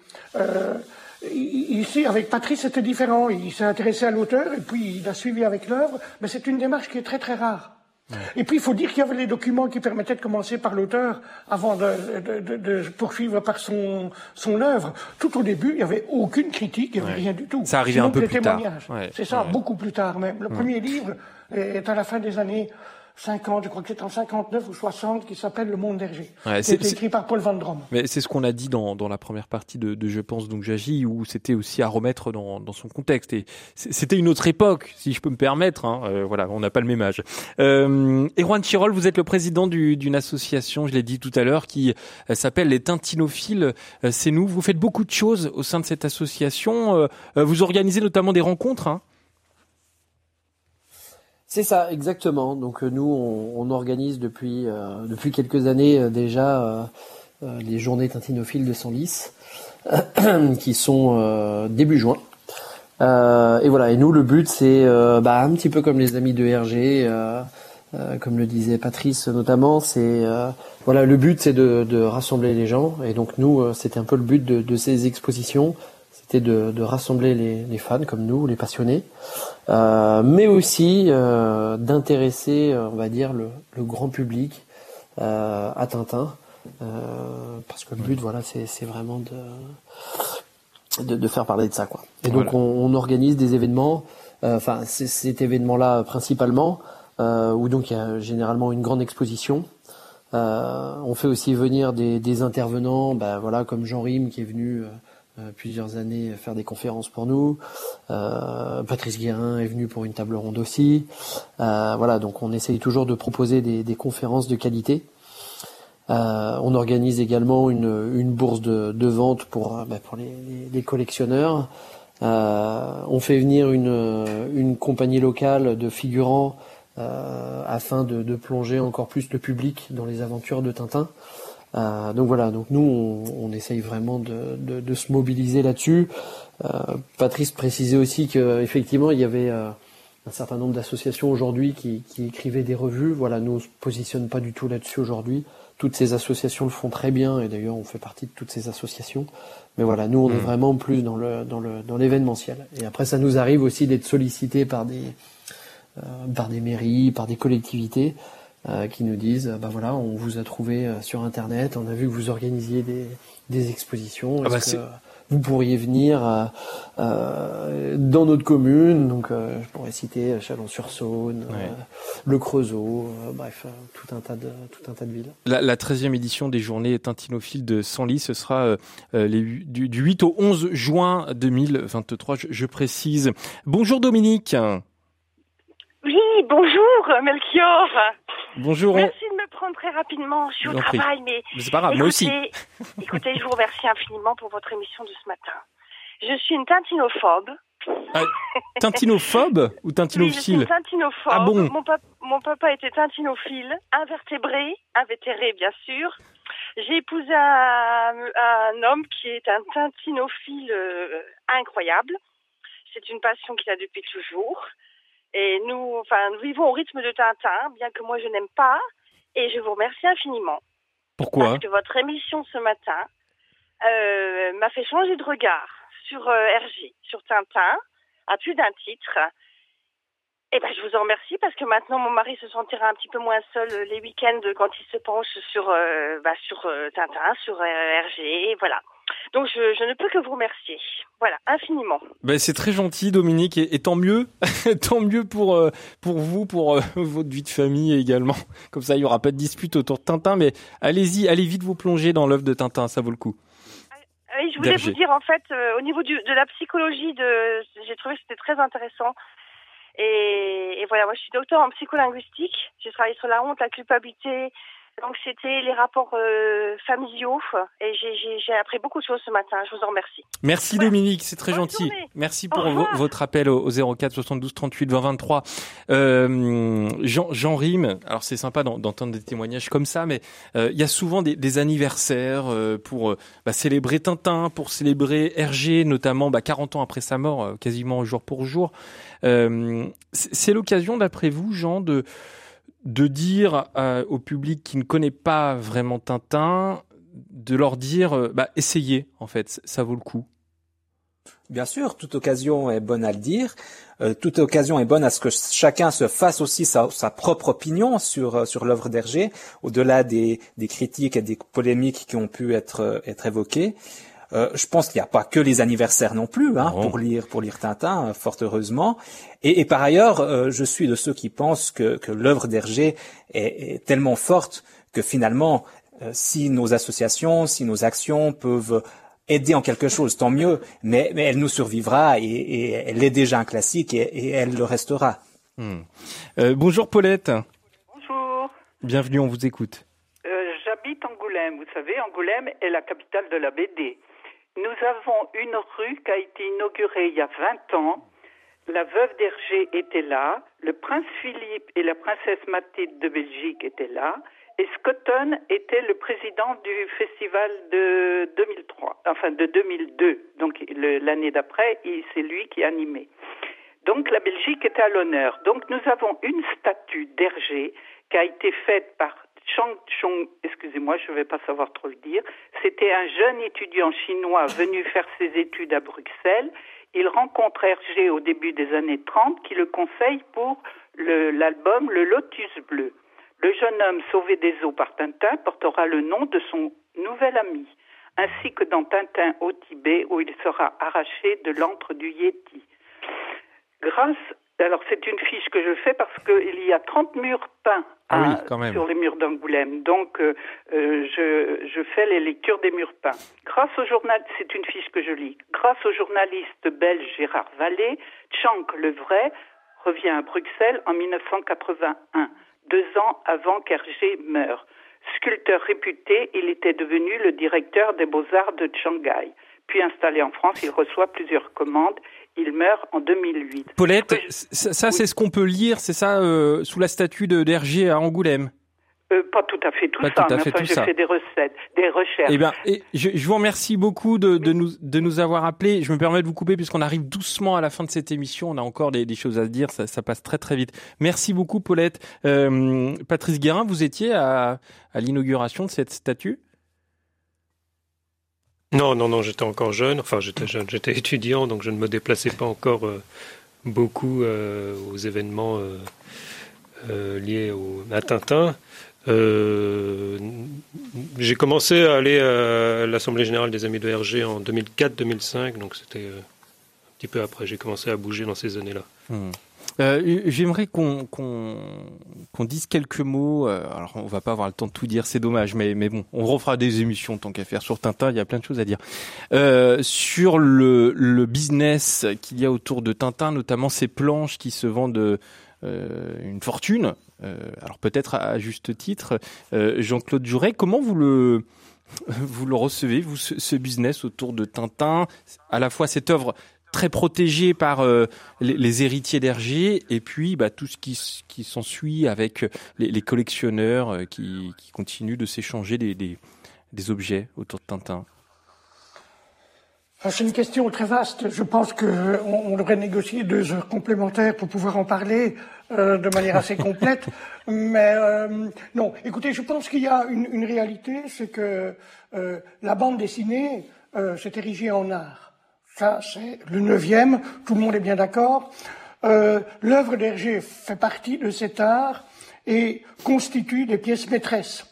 Speaker 4: Ici, avec Patrice, c'était différent. Il s'est intéressé à l'auteur et puis il a suivi avec l'œuvre, mais c'est une démarche qui est très très rare. Et puis il faut dire qu'il y avait les documents qui permettaient de commencer par l'auteur avant de poursuivre par son œuvre. Tout au début, il n'y avait aucune critique, il n'y avait rien du tout.
Speaker 3: Ça arrivait un peu plus tard.
Speaker 4: C'est ça, beaucoup plus tard même. Le premier livre est à la fin des années 50, je crois que c'est en 59 ou 60, qui s'appelle Le Monde d'Hergé. C'est écrit par Paul Van Drom.
Speaker 3: Mais c'est ce qu'on a dit dans la première partie de Je pense donc j'agis, où c'était aussi à remettre dans son contexte. Et c'était une autre époque, si je peux me permettre. Voilà, on n'a pas le même âge. Erwan Tirole, vous êtes le président d'une association, je l'ai dit tout à l'heure, qui s'appelle les Tintinophiles. C'est nous. Vous faites beaucoup de choses au sein de cette association. Vous organisez notamment des rencontres.
Speaker 5: C'est ça, exactement. Donc nous, on organise depuis quelques années déjà les journées tintinophiles de Senlis, qui sont début juin. Et voilà. Et nous, le but, c'est un petit peu comme les amis de RG, comme le disait Patrice notamment. C'est le but, c'est de rassembler les gens. Et donc nous, c'était un peu le but de ces expositions. C'était de rassembler les fans comme nous, les passionnés, mais aussi d'intéresser, on va dire, le grand public à Tintin, parce que le but, c'est vraiment de faire parler de ça, quoi. Et donc on organise des événements, cet événement-là principalement, où donc il y a généralement une grande exposition. On fait aussi venir des intervenants, comme Jean Rime qui est venu plusieurs années faire des conférences pour nous. Patrice Guérin est venu pour une table ronde aussi. Donc on essaye toujours de proposer des conférences de qualité. On organise également une bourse de vente pour les collectionneurs. On fait venir une compagnie locale de figurants afin de plonger encore plus le public dans les aventures de Tintin. Donc nous on essaye vraiment de se mobiliser là-dessus. Patrice précisait aussi que effectivement il y avait un certain nombre d'associations aujourd'hui qui écrivaient des revues. Nous on se positionne pas du tout là-dessus aujourd'hui. Toutes ces associations le font très bien et d'ailleurs on fait partie de toutes ces associations. Mais nous on est vraiment plus dans l'événementiel. Et après ça nous arrive aussi d'être sollicités par des mairies, par des collectivités. Qui nous disent on vous a trouvé sur internet, on a vu que vous organisiez des expositions, est-ce que vous pourriez venir dans notre commune? Donc je pourrais citer Chalon-sur-Saône, le Creusot, tout un tas de villes.
Speaker 3: La 13e édition des journées tintinophiles de Senlis, ce sera du 8 au 11 juin 2023, je précise. Bonjour Dominique.
Speaker 11: Oui, bonjour Melchior.
Speaker 3: Bonjour.
Speaker 11: Merci de me prendre très rapidement. Je suis au travail, mais
Speaker 3: c'est pas grave, moi aussi.
Speaker 11: Écoutez, je vous remercie infiniment pour votre émission de ce matin. Je suis une tintinophobe.
Speaker 3: Tintinophobe ou tintinophile?
Speaker 11: Oui, je suis une tintinophobe.
Speaker 3: Ah bon?
Speaker 11: Mon papa était tintinophile, invétéré bien sûr. J'ai épousé un homme qui est un tintinophile incroyable. C'est une passion qu'il a depuis toujours. Et nous vivons au rythme de Tintin, bien que moi je n'aime pas. Et je vous remercie infiniment.
Speaker 3: Pourquoi?
Speaker 11: Parce que votre émission ce matin m'a fait changer de regard sur RG, sur Tintin, à plus d'un titre. Et je vous en remercie parce que maintenant mon mari se sentira un petit peu moins seul les week-ends quand il se penche sur Tintin, sur RG, voilà. Donc je ne peux que vous remercier. Voilà, infiniment.
Speaker 3: C'est très gentil Dominique et tant mieux, tant mieux pour vous, pour votre vie de famille également. Comme ça il y aura pas de dispute autour de Tintin, mais allez vite vous plonger dans l'œuvre de Tintin, ça vaut le coup.
Speaker 11: Oui, je voulais vous dire en fait au niveau de la psychologie j'ai trouvé que c'était très intéressant. Et voilà, moi je suis docteur en psycholinguistique. J'ai travaillé sur la honte, la culpabilité, l'anxiété, les rapports familiaux. Et j'ai appris beaucoup de choses ce matin. Je vous en remercie.
Speaker 3: Merci Dominique, c'est très gentil.
Speaker 11: Journée.
Speaker 3: Merci pour votre appel au 04 72 38 20 23. Jean Rime, alors c'est sympa d'entendre des témoignages comme ça, mais il y a souvent des anniversaires pour célébrer Tintin, pour célébrer Hergé, notamment 40 ans après sa mort, quasiment jour pour jour. C'est l'occasion, d'après vous, Jean, de dire au public qui ne connaît pas vraiment Tintin, de leur dire essayez, en fait, ça vaut le coup.
Speaker 1: Bien sûr, toute occasion est bonne à le dire. Toute occasion est bonne à ce que chacun se fasse aussi sa propre opinion sur l'œuvre d'Hergé, au-delà des critiques et des polémiques qui ont pu être évoquées. Je pense qu'il n'y a pas que les anniversaires non plus, pour lire Tintin, fort heureusement. Et par ailleurs, je suis de ceux qui pensent que l'œuvre d'Hergé est tellement forte que finalement, si nos associations, si nos actions peuvent aider en quelque chose, tant mieux. Mais elle nous survivra et elle est déjà un classique et elle le restera.
Speaker 3: Bonjour Paulette.
Speaker 12: Bonjour.
Speaker 3: Bienvenue, on vous écoute.
Speaker 12: J'habite Angoulême. Vous savez, Angoulême est la capitale de la BD. Nous avons une rue qui a été inaugurée il y a 20 ans. la veuve d'Hergé était là, le prince Philippe et la princesse Mathilde de Belgique étaient là, et Scotton était le président du festival de 2003, enfin de 2002. Donc l'année d'après, c'est lui qui animait. Donc la Belgique était à l'honneur. Donc nous avons une statue d'Hergé qui a été faite par Chang Chong, excusez-moi, je ne vais pas savoir trop le dire. C'était un jeune étudiant chinois venu faire ses études à Bruxelles. Il rencontre Hergé au début des années 30 qui le conseille pour l'album Le Lotus Bleu. Le jeune homme sauvé des eaux par Tintin portera le nom de son nouvel ami, ainsi que dans Tintin au Tibet où il sera arraché de l'antre du Yéti. Alors c'est une fiche que je fais parce qu'il y a 30 murs peints sur les murs d'Angoulême. Donc je fais les lectures des murs peints. C'est une fiche que je lis. Grâce au journaliste belge Gérard Vallée, Tchank le Vrai revient à Bruxelles en 1981, 2 ans avant qu'Hergé meure. Sculpteur réputé, il était devenu le directeur des Beaux-Arts de Shanghai. Puis installé en France, il reçoit plusieurs commandes. Il meurt en 2008.
Speaker 3: Paulette, ça c'est ce qu'on peut lire, c'est ça, sous la statue d'Hergé à Angoulême?
Speaker 12: Pas tout à fait tout ça, mais enfin j'ai fait des recherches.
Speaker 3: Eh bien, je vous remercie beaucoup de nous avoir appelés. Je me permets de vous couper puisqu'on arrive doucement à la fin de cette émission. On a encore des choses à se dire, ça passe très très vite. Merci beaucoup Paulette. Patrice Guérin, vous étiez à l'inauguration de cette statue?
Speaker 6: Non, j'étais encore jeune. Enfin, j'étais étudiant, donc je ne me déplaçais pas encore beaucoup aux événements liés à Tintin. J'ai commencé à aller à l'Assemblée Générale des Amis de Hergé en 2004-2005, donc c'était un petit peu après. J'ai commencé à bouger dans ces années-là.
Speaker 3: J'aimerais qu'on dise quelques mots. Alors, on va pas avoir le temps de tout dire, c'est dommage, mais bon, on refera des émissions tant qu'à faire sur Tintin. Il y a plein de choses à dire sur le business qu'il y a autour de Tintin, notamment ces planches qui se vendent une fortune. Alors peut-être à juste titre, Jean-Claude Jouret, comment vous le recevez, vous, ce business autour de Tintin, à la fois cette œuvre très protégé par les héritiers d'Hergé et puis tout ce qui s'ensuit avec les collectionneurs qui continuent de s'échanger des objets autour de Tintin.
Speaker 4: C'est une question très vaste. Je pense qu'on devrait négocier 2 heures complémentaires pour pouvoir en parler de manière assez complète. Mais non, écoutez, je pense qu'il y a une réalité, c'est que la bande dessinée s'est érigée en art. Ça, c'est le 9e, tout le monde est bien d'accord. L'œuvre d'Hergé fait partie de cet art et constitue des pièces maîtresses.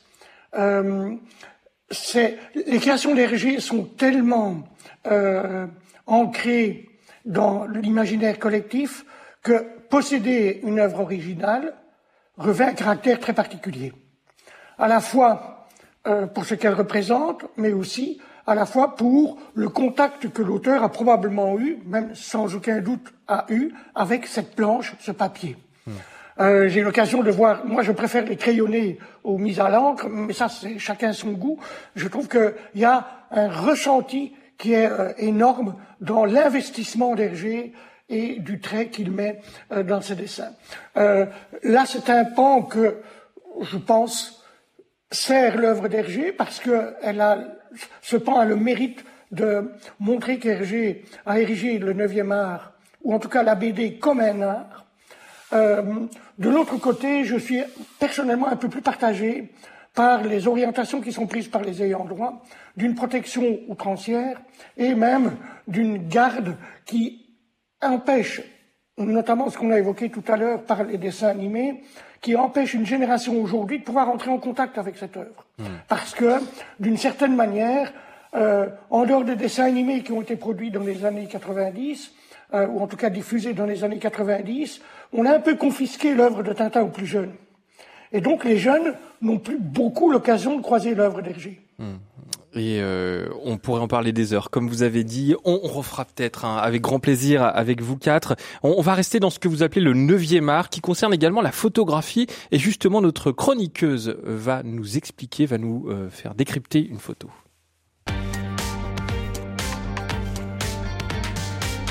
Speaker 4: Les créations d'Hergé sont tellement ancrées dans l'imaginaire collectif que posséder une œuvre originale revêt un caractère très particulier. À la fois pour ce qu'elle représente, mais aussi à la fois pour le contact que l'auteur a probablement eu, même sans aucun doute a eu, avec cette planche, ce papier. J'ai eu l'occasion de voir, moi je préfère les crayonnés aux mises à l'encre, mais ça c'est chacun son goût. Je trouve qu'il y a un ressenti qui est énorme dans l'investissement d'Hergé et du trait qu'il met dans ses dessins. Là c'est un pan que, je pense, sert l'œuvre d'Hergé parce que ce pan a le mérite de montrer qu'Hergé a érigé le 9e art, ou en tout cas la BD, comme un art. De l'autre côté, je suis personnellement un peu plus partagé par les orientations qui sont prises par les ayants droit, d'une protection outrancière et même d'une garde qui empêche, notamment ce qu'on a évoqué tout à l'heure par les dessins animés, qui empêche une génération aujourd'hui de pouvoir entrer en contact avec cette œuvre. Parce que, d'une certaine manière, en dehors des dessins animés qui ont été produits dans les années 90, ou en tout cas diffusés dans les années 90, on a un peu confisqué l'œuvre de Tintin aux plus jeunes. Et donc les jeunes n'ont plus beaucoup l'occasion de croiser l'œuvre d'Hergé.
Speaker 3: Et on pourrait en parler des heures. Comme vous avez dit, on refera peut-être avec grand plaisir avec vous 4. On va rester dans ce que vous appelez le 9e art, qui concerne également la photographie. Et justement, notre chroniqueuse va nous expliquer, va nous faire décrypter une photo.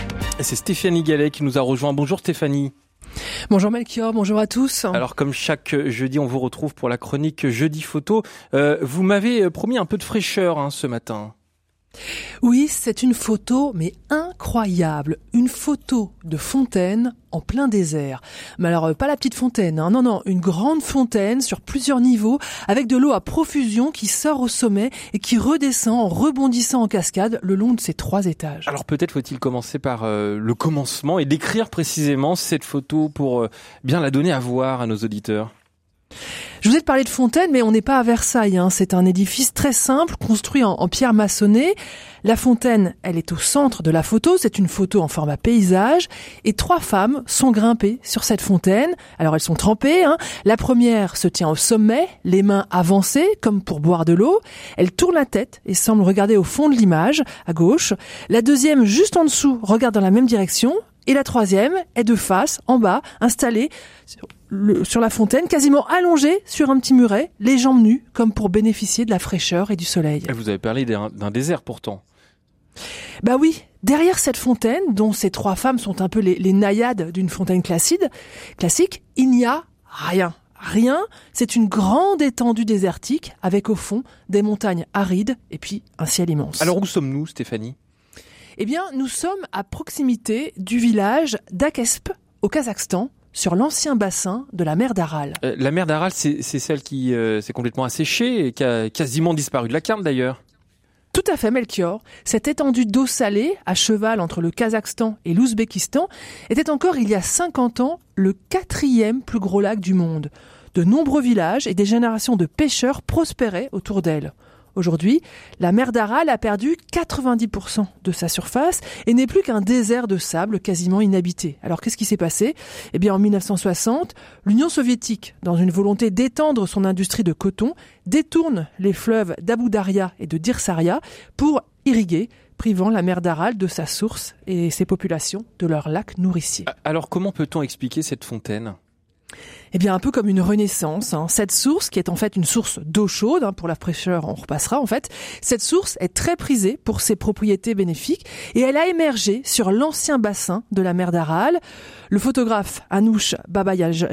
Speaker 3: C'est Stéphanie Gallet qui nous a rejoint. Bonjour Stéphanie.
Speaker 13: Bonjour Melchior, bonjour à tous.
Speaker 3: Alors comme chaque jeudi, on vous retrouve pour la chronique Jeudi Photo. Vous m'avez promis un peu de fraîcheur ce matin.
Speaker 13: Oui, c'est une photo, mais incroyable. Une photo de fontaine en plein désert. Mais alors, pas la petite fontaine, hein. Non, une grande fontaine sur plusieurs niveaux, avec de l'eau à profusion qui sort au sommet et qui redescend en rebondissant en cascade le long de ces 3 étages.
Speaker 3: Alors peut-être faut-il commencer par le commencement et décrire précisément cette photo pour bien la donner à voir à nos auditeurs.
Speaker 13: Je vous ai parlé de fontaine, mais on n'est pas à Versailles, hein. C'est un édifice très simple, construit en pierre maçonnée. La fontaine, elle est au centre de la photo. C'est une photo en format paysage. Et 3 femmes sont grimpées sur cette fontaine. Alors, elles sont trempées, hein. La première se tient au sommet, les mains avancées, comme pour boire de l'eau. Elle tourne la tête et semble regarder au fond de l'image, à gauche. La deuxième, juste en dessous, regarde dans la même direction. Et la troisième est de face, en bas, installée sur la fontaine, quasiment allongée sur un petit muret, les jambes nues, comme pour bénéficier de la fraîcheur et du soleil.
Speaker 3: Vous avez parlé d'un désert pourtant.
Speaker 13: Bah oui, derrière cette fontaine, dont ces 3 femmes sont un peu les naïades d'une fontaine classique, il n'y a rien. Rien, c'est une grande étendue désertique, avec au fond des montagnes arides et puis un ciel immense.
Speaker 3: Alors où sommes-nous, Stéphanie ?
Speaker 13: Eh bien, nous sommes à proximité du village d'Akesp, au Kazakhstan, sur l'ancien bassin de la mer d'Aral.
Speaker 3: La mer d'Aral, c'est celle qui s'est complètement asséchée et qui a quasiment disparu de la carte d'ailleurs.
Speaker 13: Tout à fait, Melchior. Cette étendue d'eau salée, à cheval entre le Kazakhstan et l'Ouzbékistan, était encore il y a 50 ans le 4e plus gros lac du monde. De nombreux villages et des générations de pêcheurs prospéraient autour d'elle. Aujourd'hui, la mer d'Aral a perdu 90% de sa surface et n'est plus qu'un désert de sable quasiment inhabité. Alors qu'est-ce qui s'est passé ? Eh bien en 1960, l'Union soviétique, dans une volonté d'étendre son industrie de coton, détourne les fleuves d'Abou Daria et de Dirsaria pour irriguer, privant la mer d'Aral de sa source et ses populations de leur lac nourricier.
Speaker 3: Alors comment peut-on expliquer cette fontaine ?
Speaker 13: Eh bien, un peu comme une renaissance, hein. Cette source, qui est en fait une source d'eau chaude, hein, pour la fraîcheur, on repassera en fait, cette source est très prisée pour ses propriétés bénéfiques et elle a émergé sur l'ancien bassin de la mer d'Aral. Le photographe Anouch Babayajan,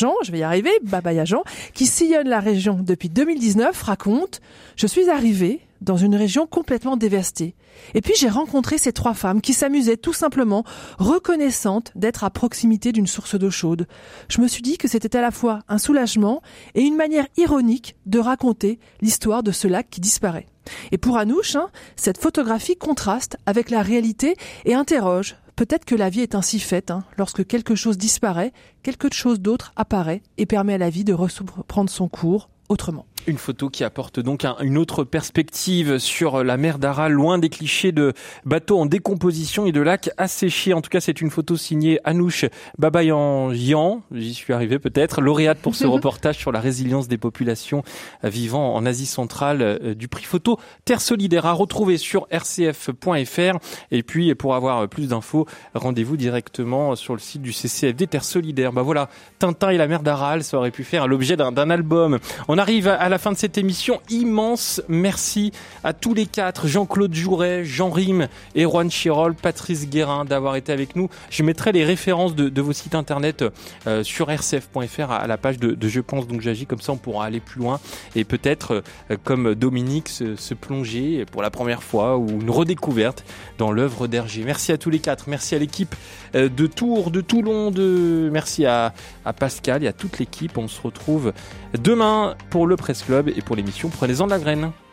Speaker 13: qui sillonne la région depuis 2019, raconte « Je suis arrivé dans une région complètement dévastée. Et puis j'ai rencontré ces 3 femmes qui s'amusaient tout simplement, reconnaissantes d'être à proximité d'une source d'eau chaude. Je me suis dit que c'était à la fois un soulagement et une manière ironique de raconter l'histoire de ce lac qui disparaît. Et pour Anouch, cette photographie contraste avec la réalité et interroge. Peut-être que la vie est ainsi faite, lorsque quelque chose disparaît, quelque chose d'autre apparaît et permet à la vie de reprendre son cours autrement.
Speaker 3: Une photo qui apporte donc une autre perspective sur la mer d'Aral, loin des clichés de bateaux en décomposition et de lacs asséchés. En tout cas, c'est une photo signée Anouch Babayajan, j'y suis arrivé peut-être, lauréate pour ce reportage sur la résilience des populations vivant en Asie centrale du prix photo Terre Solidaire, à retrouver sur rcf.fr. Et puis, pour avoir plus d'infos, rendez-vous directement sur le site du CCFD Terre Solidaire. Voilà, Tintin et la mer d'Aral, ça aurait pu faire l'objet d'un album. On arrive à la fin de cette émission. Immense merci à tous les 4, Jean-Claude Jouret, Jean Rime et Juan Chirol, Patrice Guérin, d'avoir été avec nous. Je mettrai les références de vos sites internet sur rcf.fr à la page de Je pense donc j'agis, comme ça on pourra aller plus loin et peut-être comme Dominique se plonger pour la première fois ou une redécouverte dans l'œuvre d'Hergé. Merci à tous les 4, merci à l'équipe de Tours, de Toulon, merci à Pascal et à toute l'équipe. On se retrouve demain pour le Presse Club et pour l'émission Prenez-en de la graine.